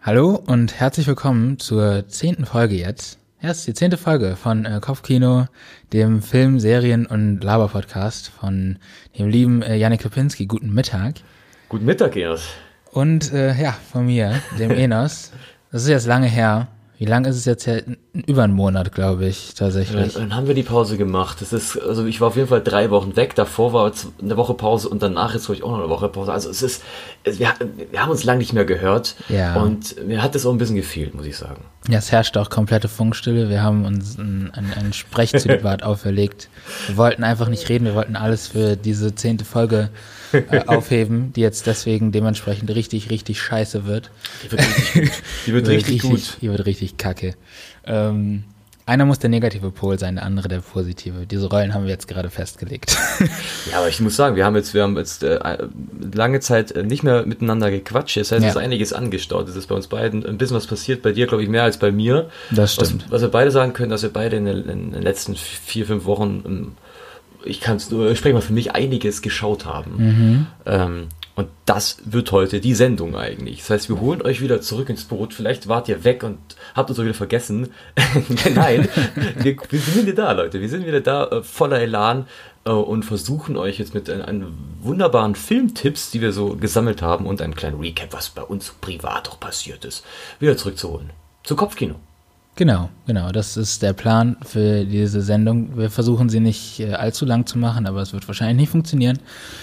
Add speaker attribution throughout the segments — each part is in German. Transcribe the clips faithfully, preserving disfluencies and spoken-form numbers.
Speaker 1: Hallo und herzlich willkommen zur zehnten Folge jetzt. Ja, es ist die zehnte Folge von äh, Kopfkino, dem Film-, Serien- und Laber-Podcast von dem lieben äh, Janik Lipinski. Guten Mittag.
Speaker 2: Guten Mittag, Enos.
Speaker 1: Und äh, ja, von mir, dem Enos. Das ist jetzt lange her. Wie lange ist es jetzt her? Über einen Monat, glaube ich, tatsächlich.
Speaker 2: Dann haben wir die Pause gemacht. Das ist, also ich war auf jeden Fall drei Wochen weg. Davor war jetzt eine Woche Pause und danach jetzt war ich auch noch eine Woche Pause. Also es ist, es, wir, wir haben uns lange nicht mehr gehört.
Speaker 1: Ja.
Speaker 2: Und mir hat das auch ein bisschen gefehlt, muss ich sagen.
Speaker 1: Ja, es herrscht auch komplette Funkstille. Wir haben uns ein, ein, ein Sprechzölibat auferlegt. Wir wollten einfach nicht reden. Wir wollten alles für diese zehnte Folge äh, aufheben, die jetzt deswegen dementsprechend richtig, richtig scheiße wird.
Speaker 2: Die wird richtig gut. Die wird richtig, richtig gut.
Speaker 1: Die wird richtig kacke. Ähm, einer muss der negative Pol sein, der andere der positive. Diese Rollen haben wir jetzt gerade festgelegt.
Speaker 2: Ja, aber ich muss sagen, wir haben jetzt, wir haben jetzt äh, lange Zeit nicht mehr miteinander gequatscht. Das heißt, es ja. ist einiges angestaut. Es ist bei uns beiden ein bisschen was passiert. Bei dir, glaube ich, mehr als bei mir.
Speaker 1: Das stimmt.
Speaker 2: Was, was wir beide sagen können, dass wir beide in den, in den letzten vier, fünf Wochen, ich kann es nur, ich spreche mal für mich, einiges geschaut haben.
Speaker 1: Mhm.
Speaker 2: Ähm, Und das wird heute die Sendung eigentlich. Das heißt, wir holen euch wieder zurück ins Boot. Vielleicht wart ihr weg und habt uns auch wieder vergessen. Nein, wir, wir sind wieder da, Leute. Wir sind wieder da, äh, voller Elan äh, und versuchen euch jetzt mit äh, einem wunderbaren Filmtipps, die wir so gesammelt haben und einem kleinen Recap, was bei uns privat auch passiert ist, wieder zurückzuholen. Zu Kopfkino.
Speaker 1: Genau, genau. Das ist der Plan für diese Sendung. Wir versuchen sie nicht äh, allzu lang zu machen, aber es wird wahrscheinlich nicht funktionieren.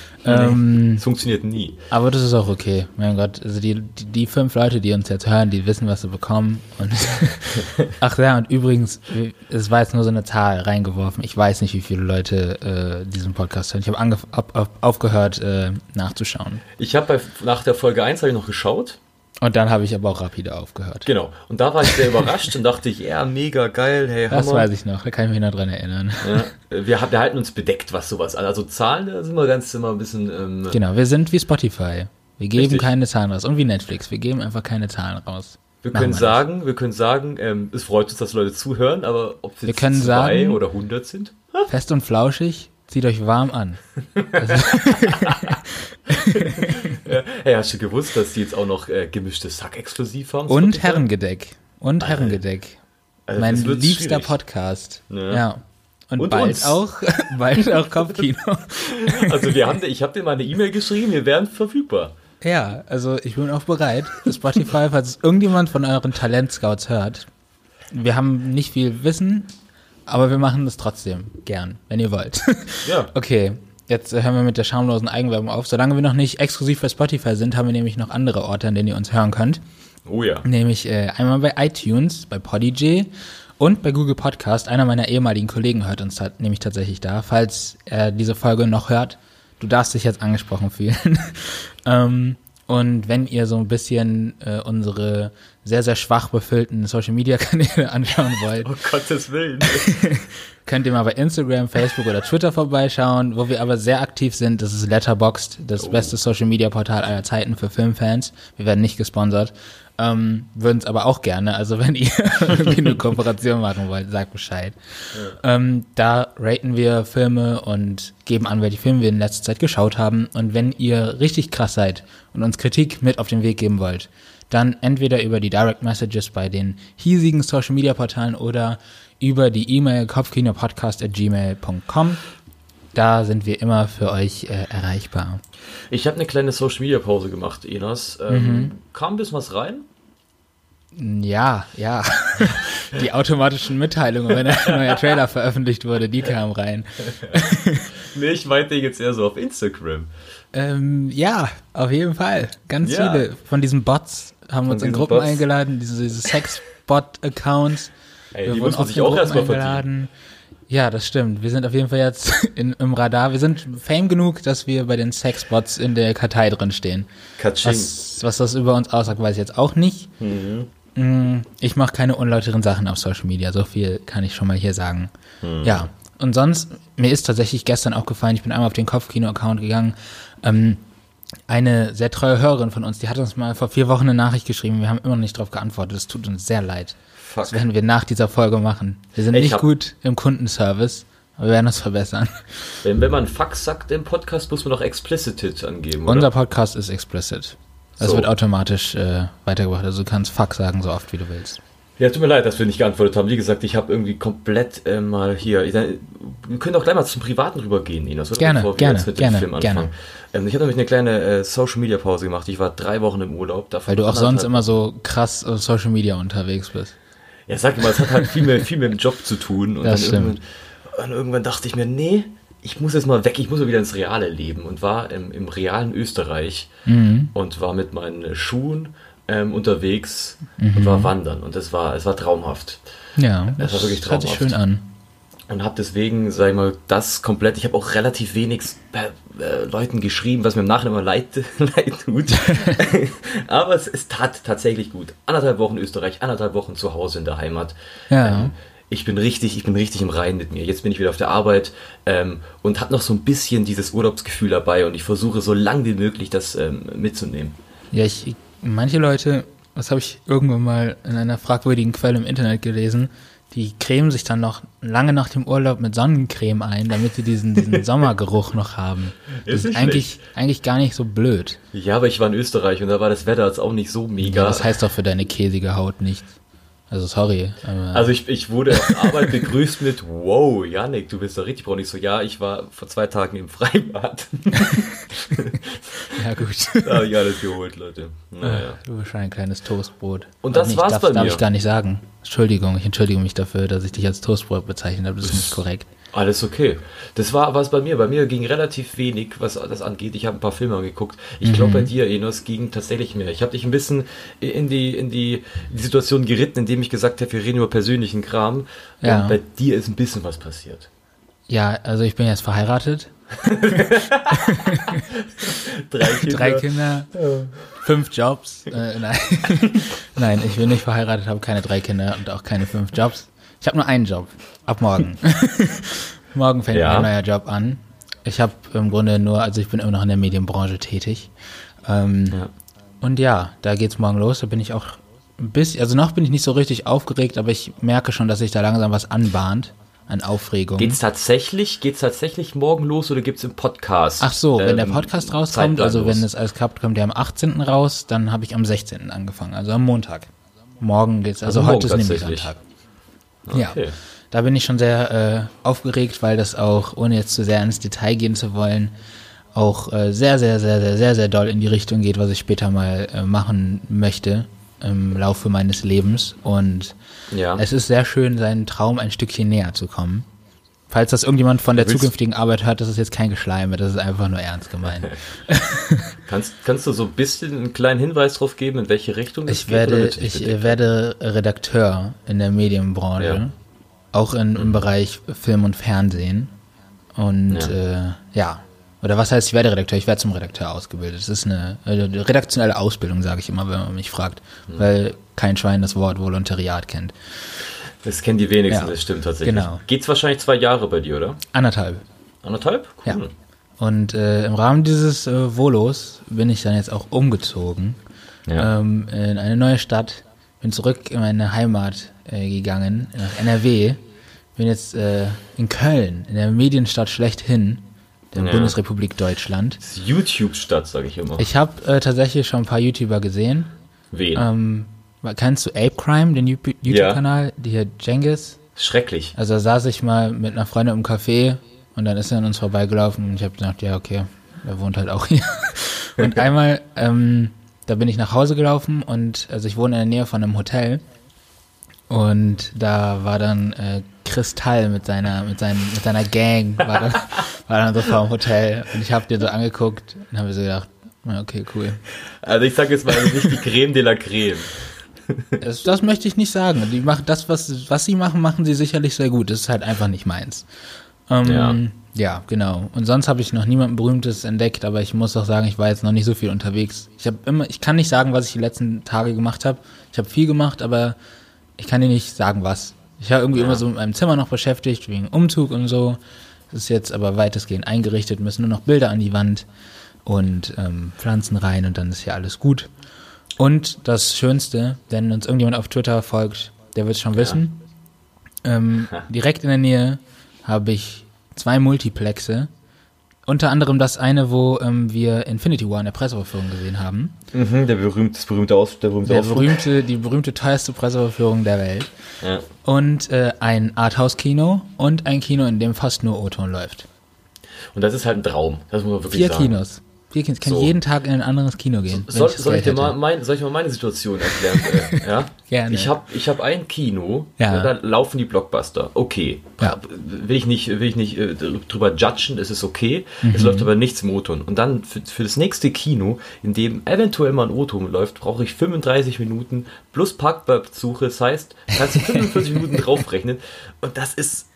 Speaker 2: Ähm, es funktioniert nie.
Speaker 1: Aber das ist auch okay. Mein Gott, also die, die, die fünf Leute, die uns jetzt hören, die wissen, was sie bekommen. Und ach ja, und übrigens, es war jetzt nur so eine Zahl reingeworfen. Ich weiß nicht, wie viele Leute äh, diesen Podcast hören. Ich habe angef- auf, auf, aufgehört, äh, nachzuschauen.
Speaker 2: Ich habe nach der Folge eins habe ich noch geschaut.
Speaker 1: Und dann habe ich aber auch rapide aufgehört.
Speaker 2: Genau. Und da war ich sehr überrascht und dachte ich, ja, mega geil, hey, Hammer.
Speaker 1: Das weiß ich noch, da kann ich mich noch dran erinnern.
Speaker 2: Ja, wir, wir halten uns bedeckt, was sowas an. Also Zahlen, da sind wir ganz immer ein bisschen... Ähm,
Speaker 1: genau, wir sind wie Spotify. Wir geben
Speaker 2: richtig.
Speaker 1: keine Zahlen raus. Und wie Netflix, wir geben einfach keine Zahlen raus.
Speaker 2: Wir können wir sagen, wir können sagen, ähm, es freut uns, dass Leute zuhören, aber ob es jetzt
Speaker 1: zwei sagen,
Speaker 2: oder hundert sind?
Speaker 1: Fest und flauschig, zieht euch warm an. Also
Speaker 2: ja, hey, hast du gewusst, dass die jetzt auch noch äh, gemischtes Hack exklusiv haben?
Speaker 1: Und Spotify? Herrengedeck. Und Alter. Herrengedeck.
Speaker 2: Also
Speaker 1: mein liebster
Speaker 2: schwierig.
Speaker 1: Podcast.
Speaker 2: Ja.
Speaker 1: ja. Und,
Speaker 2: Und
Speaker 1: bald
Speaker 2: uns.
Speaker 1: auch bald auch Kopfkino.
Speaker 2: Also wir haben, ich habe dir mal eine E-Mail geschrieben, wir wären verfügbar.
Speaker 1: Ja, also ich bin auch bereit. Spotify, falls es irgendjemand von euren Talentscouts hört. Wir haben nicht viel Wissen, aber wir machen das trotzdem gern, wenn ihr wollt.
Speaker 2: Ja.
Speaker 1: Okay. Jetzt hören wir mit der schamlosen Eigenwerbung auf. Solange wir noch nicht exklusiv bei Spotify sind, haben wir nämlich noch andere Orte, an denen ihr uns hören könnt.
Speaker 2: Oh ja.
Speaker 1: Nämlich äh, einmal bei iTunes, bei Podigy und bei Google Podcast. Einer meiner ehemaligen Kollegen hört uns ta- nämlich tatsächlich da. Falls er diese Folge noch hört, du darfst dich jetzt angesprochen fühlen. ähm, und wenn ihr so ein bisschen äh, unsere sehr, sehr schwach befüllten Social-Media-Kanäle anschauen wollt,
Speaker 2: Oh Gottes Willen.
Speaker 1: könnt ihr mal bei Instagram, Facebook oder Twitter vorbeischauen. Wo wir aber sehr aktiv sind, das ist Letterboxd, das
Speaker 2: Oh.
Speaker 1: beste Social-Media-Portal aller Zeiten für Filmfans. Wir werden nicht gesponsert, ähm, würden es aber auch gerne. Also wenn ihr irgendwie eine Kooperation machen wollt, sagt Bescheid. Ja. Ähm, da raten wir Filme und geben an, welche Filme wir in letzter Zeit geschaut haben. Und wenn ihr richtig krass seid und uns Kritik mit auf den Weg geben wollt, dann entweder über die Direct Messages bei den hiesigen Social-Media-Portalen oder über die E-Mail kopfkinopodcast at gmail punkt com. Da sind wir immer für euch äh, erreichbar.
Speaker 2: Ich habe eine kleine Social-Media-Pause gemacht, Enos. Ähm, mhm. Kam ein bisschen was rein?
Speaker 1: Ja, ja. Die automatischen Mitteilungen, wenn ein neuer Trailer veröffentlicht wurde, die kamen rein.
Speaker 2: Nee, ich meinte jetzt eher so auf Instagram.
Speaker 1: Ähm, ja, auf jeden Fall. Ganz ja. viele von diesen Bots haben von uns in Gruppen Bots. eingeladen, diese, diese Sex-Bot-Accounts.
Speaker 2: Ey, die muss man sich auch erstmal verdienen.
Speaker 1: Ja, das stimmt. Wir sind auf jeden Fall jetzt in, im Radar. Wir sind fame genug, dass wir bei den Sexbots in der Kartei drin stehen. Was, was das über uns aussagt, weiß ich jetzt auch nicht. Mhm. Ich mache keine unlauteren Sachen auf Social Media. So viel kann ich schon mal hier sagen. Mhm. Ja, und sonst, mir ist tatsächlich gestern aufgefallen, ich bin einmal auf den Kopfkino-Account gegangen. Ähm, eine sehr treue Hörerin von uns, die hat uns mal vor vier Wochen eine Nachricht geschrieben. Wir haben immer noch nicht darauf geantwortet. Das tut uns sehr leid. Fuck. Das werden wir nach dieser Folge machen. Wir sind Ey, nicht gut im Kundenservice, aber wir werden uns verbessern.
Speaker 2: Wenn, wenn man Fuck sagt im Podcast, muss man doch explicit angeben, oder?
Speaker 1: Unser Podcast ist explicit. Das
Speaker 2: so.
Speaker 1: wird automatisch äh, weitergebracht. Also du kannst Fuck sagen, so oft wie du willst.
Speaker 2: Ja, tut mir leid, dass wir nicht geantwortet haben. Wie gesagt, ich habe irgendwie komplett äh, mal hier... Ich, wir können auch gleich mal zum Privaten rübergehen, Inos. Oder?
Speaker 1: Gerne,
Speaker 2: Bevor wir
Speaker 1: gerne,
Speaker 2: jetzt mit
Speaker 1: gerne,
Speaker 2: dem Film
Speaker 1: gerne.
Speaker 2: anfangen. Ähm, ich habe nämlich eine kleine äh, Social-Media-Pause gemacht. Ich war drei Wochen im Urlaub.
Speaker 1: Weil du auch sonst immer so krass auf Social Media unterwegs bist.
Speaker 2: Ja, sag mal, es hat halt viel mehr, viel mehr mit dem Job zu tun. Und
Speaker 1: das
Speaker 2: dann
Speaker 1: stimmt.
Speaker 2: Irgendwann, und irgendwann dachte ich mir, nee, ich muss jetzt mal weg, ich muss mal wieder ins reale Leben. Und war im, im realen Österreich
Speaker 1: Mhm.
Speaker 2: und war mit meinen Schuhen ähm, unterwegs
Speaker 1: Mhm.
Speaker 2: und war wandern. Und es war, es war traumhaft.
Speaker 1: Ja,
Speaker 2: das war wirklich
Speaker 1: hört sich
Speaker 2: traumhaft.
Speaker 1: schön an.
Speaker 2: Und habe deswegen, sag ich mal, das komplett, ich habe auch relativ wenig äh, äh, Leuten geschrieben, was mir im Nachhinein immer leid, leid tut. Aber es, es tat tatsächlich gut. Anderthalb Wochen Österreich, anderthalb Wochen zu Hause in der Heimat.
Speaker 1: Ja.
Speaker 2: Ähm, ich bin richtig, ich bin richtig im Reinen mit mir. Jetzt bin ich wieder auf der Arbeit ähm, und habe noch so ein bisschen dieses Urlaubsgefühl dabei und ich versuche so lang wie möglich das ähm, mitzunehmen.
Speaker 1: Ja, ich, manche Leute, das habe ich irgendwann mal in einer fragwürdigen Quelle im Internet gelesen, die cremen sich dann noch lange nach dem Urlaub mit Sonnencreme ein, damit sie diesen, diesen Sommergeruch noch haben. Das
Speaker 2: Ist
Speaker 1: ist
Speaker 2: nicht
Speaker 1: eigentlich, eigentlich gar nicht so blöd.
Speaker 2: Ja, aber ich war in Österreich und da war das Wetter jetzt auch nicht so mega.
Speaker 1: Ja, das heißt doch für deine käsige Haut nichts. Also sorry. Aber
Speaker 2: Also ich, ich wurde auf Arbeit begrüßt mit, wow, Yannick, du bist doch richtig braun. Ich so, ja, ich war vor zwei Tagen im Freibad.
Speaker 1: ja gut.
Speaker 2: Da habe ich alles geholt, Leute. Naja.
Speaker 1: Du bist schon ein kleines Toastbrot.
Speaker 2: Und das
Speaker 1: nicht,
Speaker 2: war's
Speaker 1: darf,
Speaker 2: bei
Speaker 1: darf
Speaker 2: mir.
Speaker 1: ich gar nicht sagen. Entschuldigung, ich entschuldige mich dafür, dass ich dich als Toastbrot bezeichnet habe. Das ist nicht korrekt.
Speaker 2: Alles okay. Das war was bei mir. Bei mir ging relativ wenig, was das angeht. Ich habe ein paar Filme angeguckt. Ich glaube, bei dir, Enos, ging tatsächlich mehr. Ich habe dich ein bisschen in die, in die, die Situation geritten, indem ich gesagt habe, wir reden über persönlichen Kram.
Speaker 1: Ja.
Speaker 2: Und bei dir ist ein bisschen was passiert.
Speaker 1: Ja, also ich bin jetzt verheiratet.
Speaker 2: Drei Kinder.
Speaker 1: Drei Kinder, fünf Jobs. Äh, nein. nein, ich bin nicht verheiratet, habe keine drei Kinder und auch keine fünf Jobs. Ich habe nur einen Job. Ab morgen. Morgen fängt
Speaker 2: Ja.
Speaker 1: mein neuer Job an. Ich habe im Grunde nur, also ich bin immer noch in der Medienbranche tätig. Ähm,
Speaker 2: Ja.
Speaker 1: Und ja, da geht's morgen los. Da bin ich auch ein bisschen, also noch bin ich nicht so richtig aufgeregt, aber ich merke schon, dass sich da langsam was anbahnt an Aufregung.
Speaker 2: Geht's tatsächlich, geht's tatsächlich morgen los oder gibt's im Podcast?
Speaker 1: Ach so, wenn
Speaker 2: ähm,
Speaker 1: der Podcast rauskommt,
Speaker 2: Zeitplan
Speaker 1: also wenn
Speaker 2: los?
Speaker 1: es alles klappt, kommt der am achtzehnten raus, dann habe ich am sechzehnten angefangen, also am Montag. Morgen geht's, also,
Speaker 2: Also
Speaker 1: heute ist
Speaker 2: morgen
Speaker 1: nämlich
Speaker 2: tatsächlich.
Speaker 1: Sonntag.
Speaker 2: Okay.
Speaker 1: Ja, da bin ich schon sehr äh, aufgeregt, weil das auch, ohne jetzt zu sehr ins Detail gehen zu wollen, auch äh, sehr, sehr, sehr, sehr, sehr, sehr doll in die Richtung geht, was ich später mal äh, machen möchte im Laufe meines Lebens. Und
Speaker 2: Ja.
Speaker 1: es ist sehr schön, seinen Traum ein Stückchen näher zu kommen. Falls das irgendjemand von der
Speaker 2: Willst-
Speaker 1: zukünftigen Arbeit hört, das ist jetzt kein Geschleime, das ist einfach nur ernst gemeint.
Speaker 2: Kannst, kannst du so ein bisschen einen kleinen Hinweis drauf geben, in welche Richtung es
Speaker 1: Ich
Speaker 2: geht? oder
Speaker 1: werde,
Speaker 2: wird nicht
Speaker 1: ich
Speaker 2: bedeckt?
Speaker 1: äh, werde Redakteur in der Medienbranche,
Speaker 2: Ja.
Speaker 1: auch in, im Bereich Film und Fernsehen. Und
Speaker 2: Ja.
Speaker 1: ja. Äh, ja, oder was heißt, ich werde Redakteur? Ich werde zum Redakteur ausgebildet. Das ist eine, äh, eine redaktionelle Ausbildung, sage ich immer, wenn man mich fragt,
Speaker 2: Hm.
Speaker 1: weil kein Schwein das Wort Volontariat kennt.
Speaker 2: Das kennen die wenigsten,
Speaker 1: Ja.
Speaker 2: das stimmt tatsächlich.
Speaker 1: Genau.
Speaker 2: Geht's wahrscheinlich zwei Jahre bei dir, oder?
Speaker 1: Anderthalb.
Speaker 2: Anderthalb? Cool.
Speaker 1: Ja. Und äh, im Rahmen dieses äh, Volos bin ich dann jetzt auch umgezogen
Speaker 2: Ja.
Speaker 1: ähm, in eine neue Stadt, bin zurück in meine Heimat äh, gegangen, nach N R W, bin jetzt äh, in Köln, in der Medienstadt schlechthin, der
Speaker 2: Ja.
Speaker 1: Bundesrepublik Deutschland.
Speaker 2: Das ist YouTube-Stadt, sage ich immer.
Speaker 1: Ich habe äh, tatsächlich schon ein paar YouTuber gesehen.
Speaker 2: Wen?
Speaker 1: Ähm, kennst du Ape Crime, den You- YouTube-Kanal, die hier Cengiz?
Speaker 2: Schrecklich.
Speaker 1: Also da saß ich mal mit einer Freundin im Café und dann ist er an uns vorbeigelaufen und ich habe gedacht, ja okay, er wohnt halt auch hier. Und einmal, ähm, da bin ich nach Hause gelaufen und also ich wohne in der Nähe von einem Hotel und da war dann äh, Kristall mit seiner mit seinen mit seiner Gang war dann, war dann so vor dem Hotel und ich habe den so angeguckt und habe so gedacht, ja, okay, cool.
Speaker 2: Also ich sage jetzt mal nicht die Creme de la Creme.
Speaker 1: Das, das möchte ich nicht sagen. Die machen das, was, was sie machen, machen sie sicherlich sehr gut. Das ist halt einfach nicht meins. Ähm,
Speaker 2: Ja.
Speaker 1: ja, genau. Und sonst habe ich noch niemanden Berühmtes entdeckt, aber ich muss auch sagen, ich war jetzt noch nicht so viel unterwegs. Ich habe immer, ich kann nicht sagen, was ich die letzten Tage gemacht habe. Ich habe viel gemacht, aber ich kann dir nicht sagen, was. Ich war irgendwie
Speaker 2: Ja.
Speaker 1: immer so mit meinem Zimmer noch beschäftigt, wegen Umzug und so. Das ist jetzt aber weitestgehend eingerichtet, müssen nur noch Bilder an die Wand und ähm, Pflanzen rein und dann ist hier alles gut. Und das Schönste, wenn uns irgendjemand auf Twitter folgt, der wird es schon wissen. Ähm, direkt in der Nähe habe ich zwei Multiplexe Unter anderem das eine, wo ähm, wir Infinity War in der Pressevorführung gesehen haben.
Speaker 2: Mhm, der berühmte, das berühmte Aus, der berühmte
Speaker 1: der berühmte, Die berühmte, teuerste Pressevorführung der Welt.
Speaker 2: Ja.
Speaker 1: Und äh, ein Arthouse-Kino und ein Kino, in dem fast nur O-Ton läuft.
Speaker 2: Und das ist halt ein Traum, das muss man wirklich
Speaker 1: Vier
Speaker 2: sagen.
Speaker 1: Vier Kinos. Vier Kinos. Ich kann so. jeden Tag in ein anderes Kino gehen.
Speaker 2: Soll, ich, soll, ich dir mal mein, soll ich mal meine Situation erklären? äh, ja?
Speaker 1: Gerne.
Speaker 2: Ich habe ich hab ein Kino,
Speaker 1: ja.
Speaker 2: da laufen die Blockbuster. Okay.
Speaker 1: Ja.
Speaker 2: Will ich nicht, will ich nicht äh, drüber judgen, es ist okay. Mhm. Es läuft aber nichts im O-Ton. Und dann für, für das nächste Kino, in dem eventuell mal ein O-Ton läuft, brauche ich fünfunddreißig Minuten plus Parkplatzsuche. Das heißt, kannst du fünfundvierzig Minuten draufrechnen. Und das ist...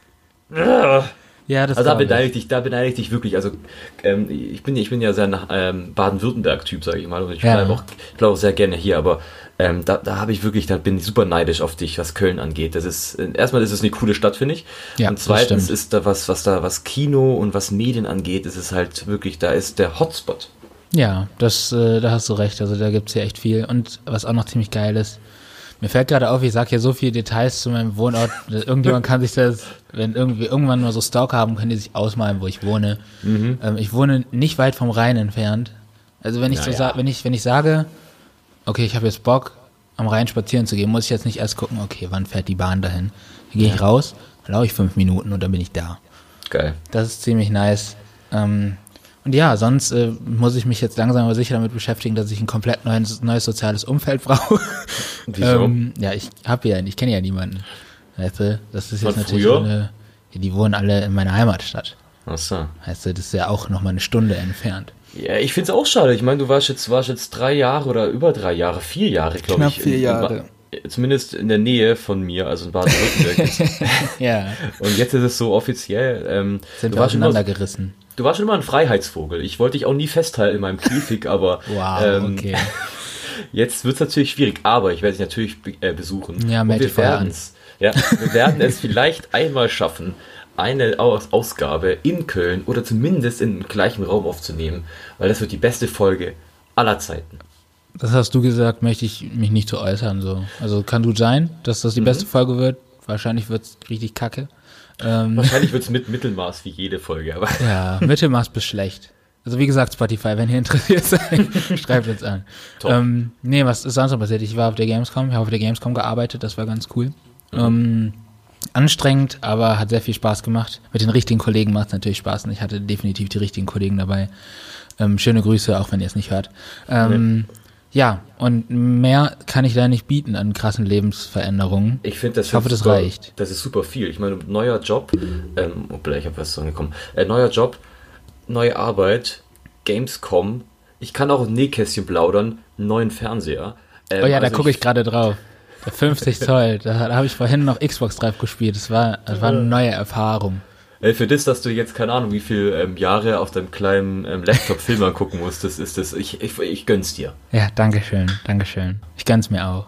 Speaker 2: Äh,
Speaker 1: Ja, das
Speaker 2: also da beneide ich dich, da beneide ich dich wirklich. Also ähm, ich bin, ich bin ja sehr nach ähm, Baden-Württemberg-Typ, sage ich mal, und ich
Speaker 1: ja.
Speaker 2: bleibe auch, ich bleib auch sehr gerne hier. Aber ähm, da, da habe ich wirklich, da bin ich super neidisch auf dich, was Köln angeht. Das ist erstmal ist es eine coole Stadt, finde ich.
Speaker 1: Ja,
Speaker 2: und zweitens ist da was, was da was Kino und was Medien angeht, ist es halt wirklich, da ist der Hotspot.
Speaker 1: Ja, das, äh, da hast du recht. Also da gibt's hier echt viel. Und was auch noch ziemlich geil ist. Mir fällt gerade auf, ich sage hier so viele Details zu meinem Wohnort. Irgendjemand kann sich das, wenn irgendwie irgendwann mal so Stalker haben, können die sich ausmalen, wo ich wohne.
Speaker 2: Mhm.
Speaker 1: Ähm, ich wohne nicht weit vom Rhein entfernt. Also wenn ich
Speaker 2: Na
Speaker 1: so
Speaker 2: ja.
Speaker 1: sa- wenn ich wenn ich sage, okay, ich habe jetzt Bock, am Rhein spazieren zu gehen, muss ich jetzt nicht erst gucken, okay, wann fährt die Bahn dahin? Dann gehe
Speaker 2: ja.
Speaker 1: ich raus, dann laufe ich fünf Minuten und dann bin ich da.
Speaker 2: Geil.
Speaker 1: Das ist ziemlich nice. Ähm, Und ja, sonst äh, muss ich mich jetzt langsam aber sicher damit beschäftigen, dass ich ein komplett neues, neues soziales Umfeld brauche.
Speaker 2: Wieso?
Speaker 1: ähm, ja, ich habe ja, ich kenne ja niemanden. Weißt du, das ist jetzt
Speaker 2: Von
Speaker 1: natürlich
Speaker 2: früher?
Speaker 1: eine, ja, die wohnen alle in meiner Heimatstadt.
Speaker 2: Ach so.
Speaker 1: Weißt du, das ist ja auch nochmal eine Stunde entfernt.
Speaker 2: Ja, ich find's auch schade. Ich meine, du warst jetzt, warst jetzt drei Jahre oder über drei Jahre, vier Jahre, glaube ich.
Speaker 1: Knapp vier
Speaker 2: in,
Speaker 1: Jahre.
Speaker 2: In, zumindest in der Nähe von mir, also in Baden-Württemberg.
Speaker 1: Ja.
Speaker 2: Und jetzt ist es so offiziell. Ähm,
Speaker 1: Sind
Speaker 2: du
Speaker 1: wir
Speaker 2: warst immer,
Speaker 1: auseinandergerissen.
Speaker 2: du warst schon immer ein Freiheitsvogel. Ich wollte dich auch nie festhalten in meinem Käfig, aber
Speaker 1: Wow,
Speaker 2: ähm,
Speaker 1: okay.
Speaker 2: jetzt wird's natürlich schwierig. Aber ich werde dich natürlich be äh, besuchen.
Speaker 1: Ja,
Speaker 2: Und
Speaker 1: melde
Speaker 2: wir
Speaker 1: dich vorher an.
Speaker 2: werden's. Ja, wir werden es vielleicht einmal schaffen, eine Aus Ausgabe in Köln oder zumindest im gleichen Raum aufzunehmen, weil das wird die beste Folge aller Zeiten.
Speaker 1: Das hast du gesagt, möchte ich mich nicht zu äußern. So. Also kann gut sein, dass das die
Speaker 2: Mhm.
Speaker 1: beste Folge wird. Wahrscheinlich wird's richtig kacke. Ähm,
Speaker 2: Wahrscheinlich wird es mit Mittelmaß wie jede Folge, aber
Speaker 1: Ja, Mittelmaß bis schlecht. Also wie gesagt, Spotify, wenn ihr interessiert seid, schreibt uns an. Ähm, nee, was ist sonst noch passiert? Ich war auf der Gamescom, ich habe auf der Gamescom gearbeitet, das war ganz cool. Mhm. Ähm, anstrengend, aber hat sehr viel Spaß gemacht. Mit den richtigen Kollegen macht es natürlich Spaß und ich hatte definitiv die richtigen Kollegen dabei. Ähm, schöne Grüße, auch wenn ihr es nicht hört. Ähm, nee. Ja, und mehr kann ich da nicht bieten an krassen Lebensveränderungen.
Speaker 2: Ich finde, das,
Speaker 1: ich hoffe, das
Speaker 2: super,
Speaker 1: reicht.
Speaker 2: Das ist super viel. Ich meine, neuer Job, ähm, obwohl ich habe was angekommen, äh, neuer Job, neue Arbeit, Gamescom. Ich kann auch ein Nähkästchen plaudern, einen neuen Fernseher.
Speaker 1: Ähm, oh ja, also da gucke ich, ich gerade drauf. Der fünfzig Zoll, da, da habe ich vorhin noch Xbox Drive gespielt. Das war, das war eine neue Erfahrung.
Speaker 2: Äh, für das, dass du jetzt, keine Ahnung, wie viele ähm, Jahre auf deinem kleinen ähm, Laptop Film angucken musst, das ist das, ich, ich, ich gönn's dir.
Speaker 1: Ja, danke schön, danke schön. Ich gönn's mir auch.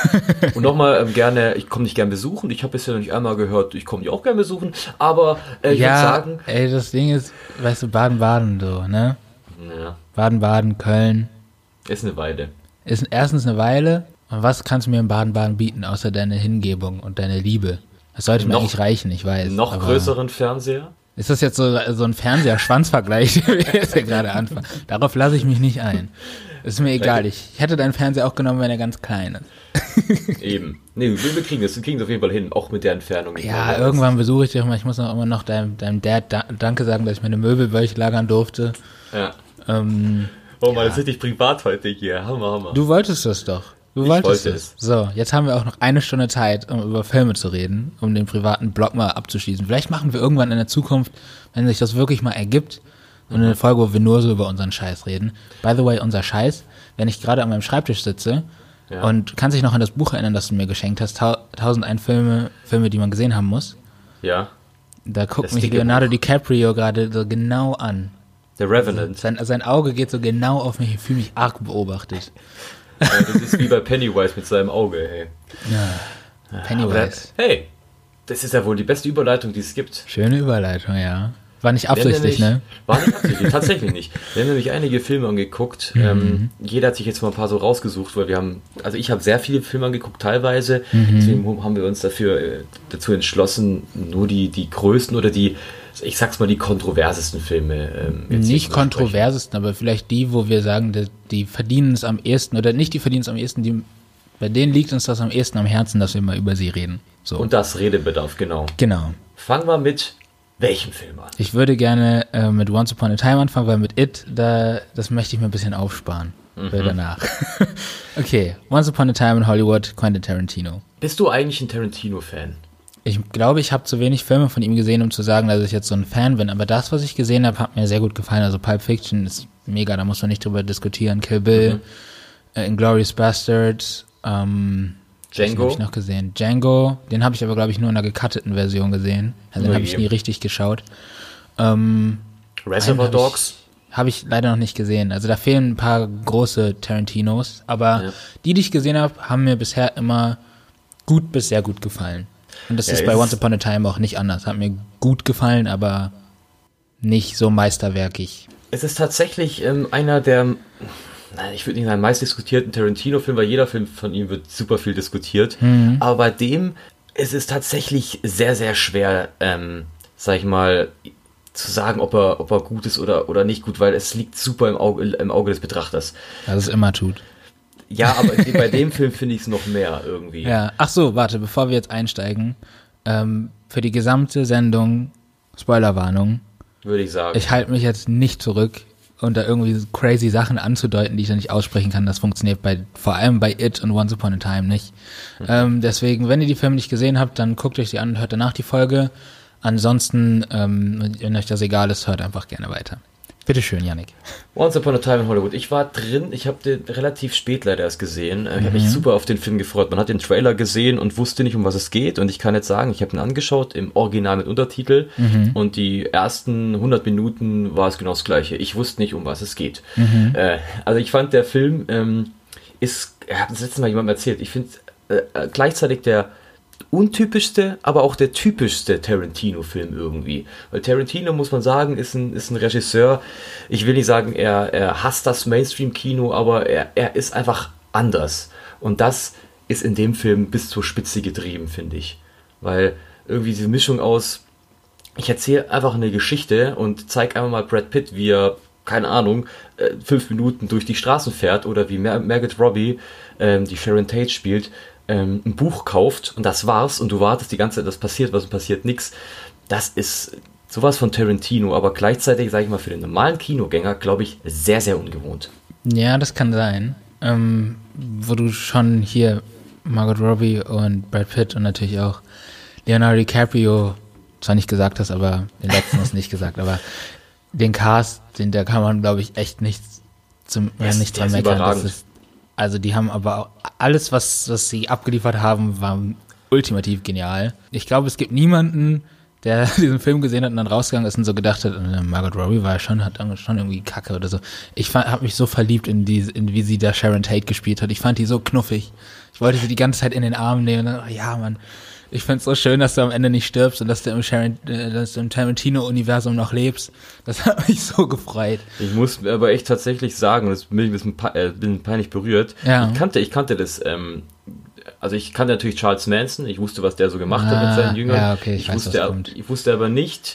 Speaker 2: Und nochmal ähm, gerne, ich komme dich gern besuchen. Ich habe bisher noch nicht einmal gehört, ich komme dich auch gern besuchen, aber äh, ich
Speaker 1: ja,
Speaker 2: würde sagen...
Speaker 1: ey, das Ding ist, weißt du, Baden-Baden so, ne?
Speaker 2: Ja.
Speaker 1: Baden-Baden, Köln.
Speaker 2: Ist eine Weile.
Speaker 1: Ist erstens eine Weile. Und was kannst du mir in Baden-Baden bieten, außer deine Hingebung und deine Liebe? Das sollte mir
Speaker 2: noch,
Speaker 1: eigentlich reichen, ich weiß.
Speaker 2: Noch größeren Fernseher?
Speaker 1: Ist das jetzt so, so ein Fernseher-Schwanzvergleich, wie wir jetzt hier gerade anfangen? Darauf lasse ich mich nicht ein. Ist mir egal. Ich hätte deinen Fernseher auch genommen, wenn er ganz klein ist.
Speaker 2: Eben. Nee, wir kriegen das. Wir kriegen es auf jeden Fall hin, auch mit der Entfernung.
Speaker 1: Ja, irgendwann besuche ich dich mal. Ich muss auch immer noch deinem, deinem Dad da, Danke sagen, dass ich meine Möbel bei euch lagern durfte.
Speaker 2: Ja.
Speaker 1: Ähm,
Speaker 2: oh Mann,
Speaker 1: ja.
Speaker 2: das ist richtig privat heute hier. Hammer, Hammer.
Speaker 1: Du wolltest das doch. Du
Speaker 2: ich
Speaker 1: wolltest
Speaker 2: wollte
Speaker 1: es. So, jetzt haben wir auch noch eine Stunde Zeit, um über Filme zu reden, um den privaten Blog mal abzuschließen. Vielleicht machen wir irgendwann in der Zukunft, wenn sich das wirklich mal ergibt, so eine Folge, wo wir nur so über unseren Scheiß reden. By the way, unser Scheiß, wenn ich gerade an meinem Schreibtisch sitze ja. und kannst dich noch an das Buch erinnern, das du mir geschenkt hast, tausendundeins Filme, Filme, die man gesehen haben muss.
Speaker 2: Ja.
Speaker 1: Da guckt mich Leonardo Buch. DiCaprio gerade so genau an.
Speaker 2: Der Revenant.
Speaker 1: Sein, sein Auge geht so genau auf mich, ich fühle mich arg beobachtet.
Speaker 2: Ja, das ist wie bei Pennywise mit seinem Auge, hey.
Speaker 1: Ja, Pennywise.
Speaker 2: Aber, hey, das ist ja wohl die beste Überleitung, die es gibt.
Speaker 1: Schöne Überleitung, ja. War nicht absichtlich,
Speaker 2: nämlich,
Speaker 1: ne?
Speaker 2: War nicht absichtlich, tatsächlich nicht. Wir haben nämlich einige Filme angeguckt. Mhm. Ähm, jeder hat sich jetzt mal ein paar so rausgesucht, weil wir haben, also ich habe sehr viele Filme angeguckt, teilweise. Mhm. Deswegen haben wir uns dafür äh, dazu entschlossen, nur die, die größten oder die ich sag's mal, die kontroversesten Filme.
Speaker 1: Ähm, nicht kontroversesten, aber vielleicht die, wo wir sagen, die, die verdienen es am ehesten, oder nicht die verdienen es am ehesten, die, bei denen liegt uns das am ehesten am Herzen, dass wir mal über sie reden. So.
Speaker 2: Und das Redebedarf, genau.
Speaker 1: Genau.
Speaker 2: Fangen wir mit welchem Film an?
Speaker 1: Ich würde gerne äh, mit Once Upon a Time anfangen, weil mit It, da, das möchte ich mir ein bisschen aufsparen. Mhm. Für danach. Okay, Once Upon a Time in Hollywood, Quentin Tarantino.
Speaker 2: Bist du eigentlich ein Tarantino-Fan?
Speaker 1: Ich glaube, ich habe zu wenig Filme von ihm gesehen, um zu sagen, dass ich jetzt so ein Fan bin. Aber das, was ich gesehen habe, hat mir sehr gut gefallen. Also Pulp Fiction ist mega, da muss man nicht drüber diskutieren. Kill Bill, mhm. äh, Inglourious Basterds, ähm,
Speaker 2: Django.
Speaker 1: habe ich noch gesehen. Django, den habe ich aber, glaube ich, nur in einer gecutteten Version gesehen. Also den habe ich nie richtig geschaut. Ähm,
Speaker 2: Reservoir hab Dogs?
Speaker 1: Habe ich leider noch nicht gesehen. Also da fehlen ein paar große Tarantinos. Aber ja. die, die ich gesehen habe, haben mir bisher immer gut bis sehr gut gefallen. Und das ja, ist bei Once Upon a Time auch nicht anders. Hat mir gut gefallen, aber nicht so meisterwerkig.
Speaker 2: Es ist tatsächlich ähm, einer der, nein, ich würde nicht sagen, meist diskutierten Tarantino-Film, weil jeder Film von ihm wird super viel diskutiert. Mhm. Aber bei dem ist es tatsächlich sehr, sehr schwer, ähm, sag ich mal, zu sagen, ob er, ob er gut ist oder, oder nicht gut, weil es liegt super im Auge, im Auge des Betrachters.
Speaker 1: Was es immer tut.
Speaker 2: Ja, aber bei dem Film finde ich es noch mehr irgendwie.
Speaker 1: Ja, ach so, warte, bevor wir jetzt einsteigen, ähm, für die gesamte Sendung, Spoilerwarnung,
Speaker 2: würde ich sagen.
Speaker 1: Ich halte mich jetzt nicht zurück, und da irgendwie crazy Sachen anzudeuten, die ich dann nicht aussprechen kann. Das funktioniert bei, vor allem bei It und Once Upon a Time nicht. Mhm. Ähm, deswegen, wenn ihr die Filme nicht gesehen habt, dann guckt euch die an und hört danach die Folge. Ansonsten, ähm, wenn euch das egal ist, hört einfach gerne weiter. Bitteschön, Yannick.
Speaker 2: Once Upon a Time in Hollywood. Ich war drin, ich habe den relativ spät leider erst gesehen. Ich habe mich mhm. super auf den Film gefreut. Man hat den Trailer gesehen und wusste nicht, um was es geht. Und ich kann jetzt sagen, ich habe ihn angeschaut, im Original mit Untertitel. Mhm. Und die ersten hundert Minuten war es genau das Gleiche. Ich wusste nicht, um was es geht. Mhm. Äh, also ich fand, der Film ähm, ist, ich habe das letzte Mal jemandem erzählt, ich finde äh, gleichzeitig der untypischste, aber auch der typischste Tarantino-Film irgendwie. Weil Tarantino, muss man sagen, ist ein, ist ein Regisseur, ich will nicht sagen, er, er hasst das Mainstream-Kino, aber er, er ist einfach anders. Und das ist in dem Film bis zur Spitze getrieben, finde ich. Weil irgendwie diese Mischung aus, ich erzähle einfach eine Geschichte und zeige einfach mal Brad Pitt, wie er, keine Ahnung, fünf Minuten durch die Straßen fährt, oder wie Mar- Margot Robbie, ähm, die Sharon Tate spielt, ein Buch kauft und das war's und du wartest die ganze Zeit, das passiert was und passiert nichts. Das ist sowas von Tarantino, aber gleichzeitig, sage ich mal, für den normalen Kinogänger, glaube ich, sehr, sehr ungewohnt.
Speaker 1: Ja, das kann sein. Ähm, wo du schon hier Margot Robbie und Brad Pitt und natürlich auch Leonardo DiCaprio zwar nicht gesagt hast, aber den letzten hast du nicht gesagt, aber den Cast, den, da kann man, glaube ich, echt nichts zum, ja, nichts dran meckern. Das ist, also die haben aber auch alles, was, was sie abgeliefert haben, war ultimativ genial. Ich glaube, es gibt niemanden, der diesen Film gesehen hat und dann rausgegangen ist und so gedacht hat, Margot Robbie war ja schon, hat schon irgendwie Kacke oder so. Ich habe mich so verliebt in die, in wie sie da Sharon Tate gespielt hat. Ich fand die so knuffig. Ich wollte sie die ganze Zeit in den Arm nehmen und dann, oh ja, Mann, ich find's so schön, dass du am Ende nicht stirbst und dass du im Sharon, äh, dass du im Tarantino-Universum noch lebst. Das hat mich so gefreut.
Speaker 2: Ich muss aber echt tatsächlich sagen, das bin ich ein bisschen, pe- äh, bin peinlich berührt. Ja. Ich kannte, ich kannte das, ähm, also ich kannte natürlich Charles Manson, ich wusste, was der so gemacht ah, hat mit seinen Jüngern.
Speaker 1: Ja, okay, ich,
Speaker 2: ich,
Speaker 1: weiß,
Speaker 2: wusste,
Speaker 1: was kommt.
Speaker 2: ich wusste aber nicht,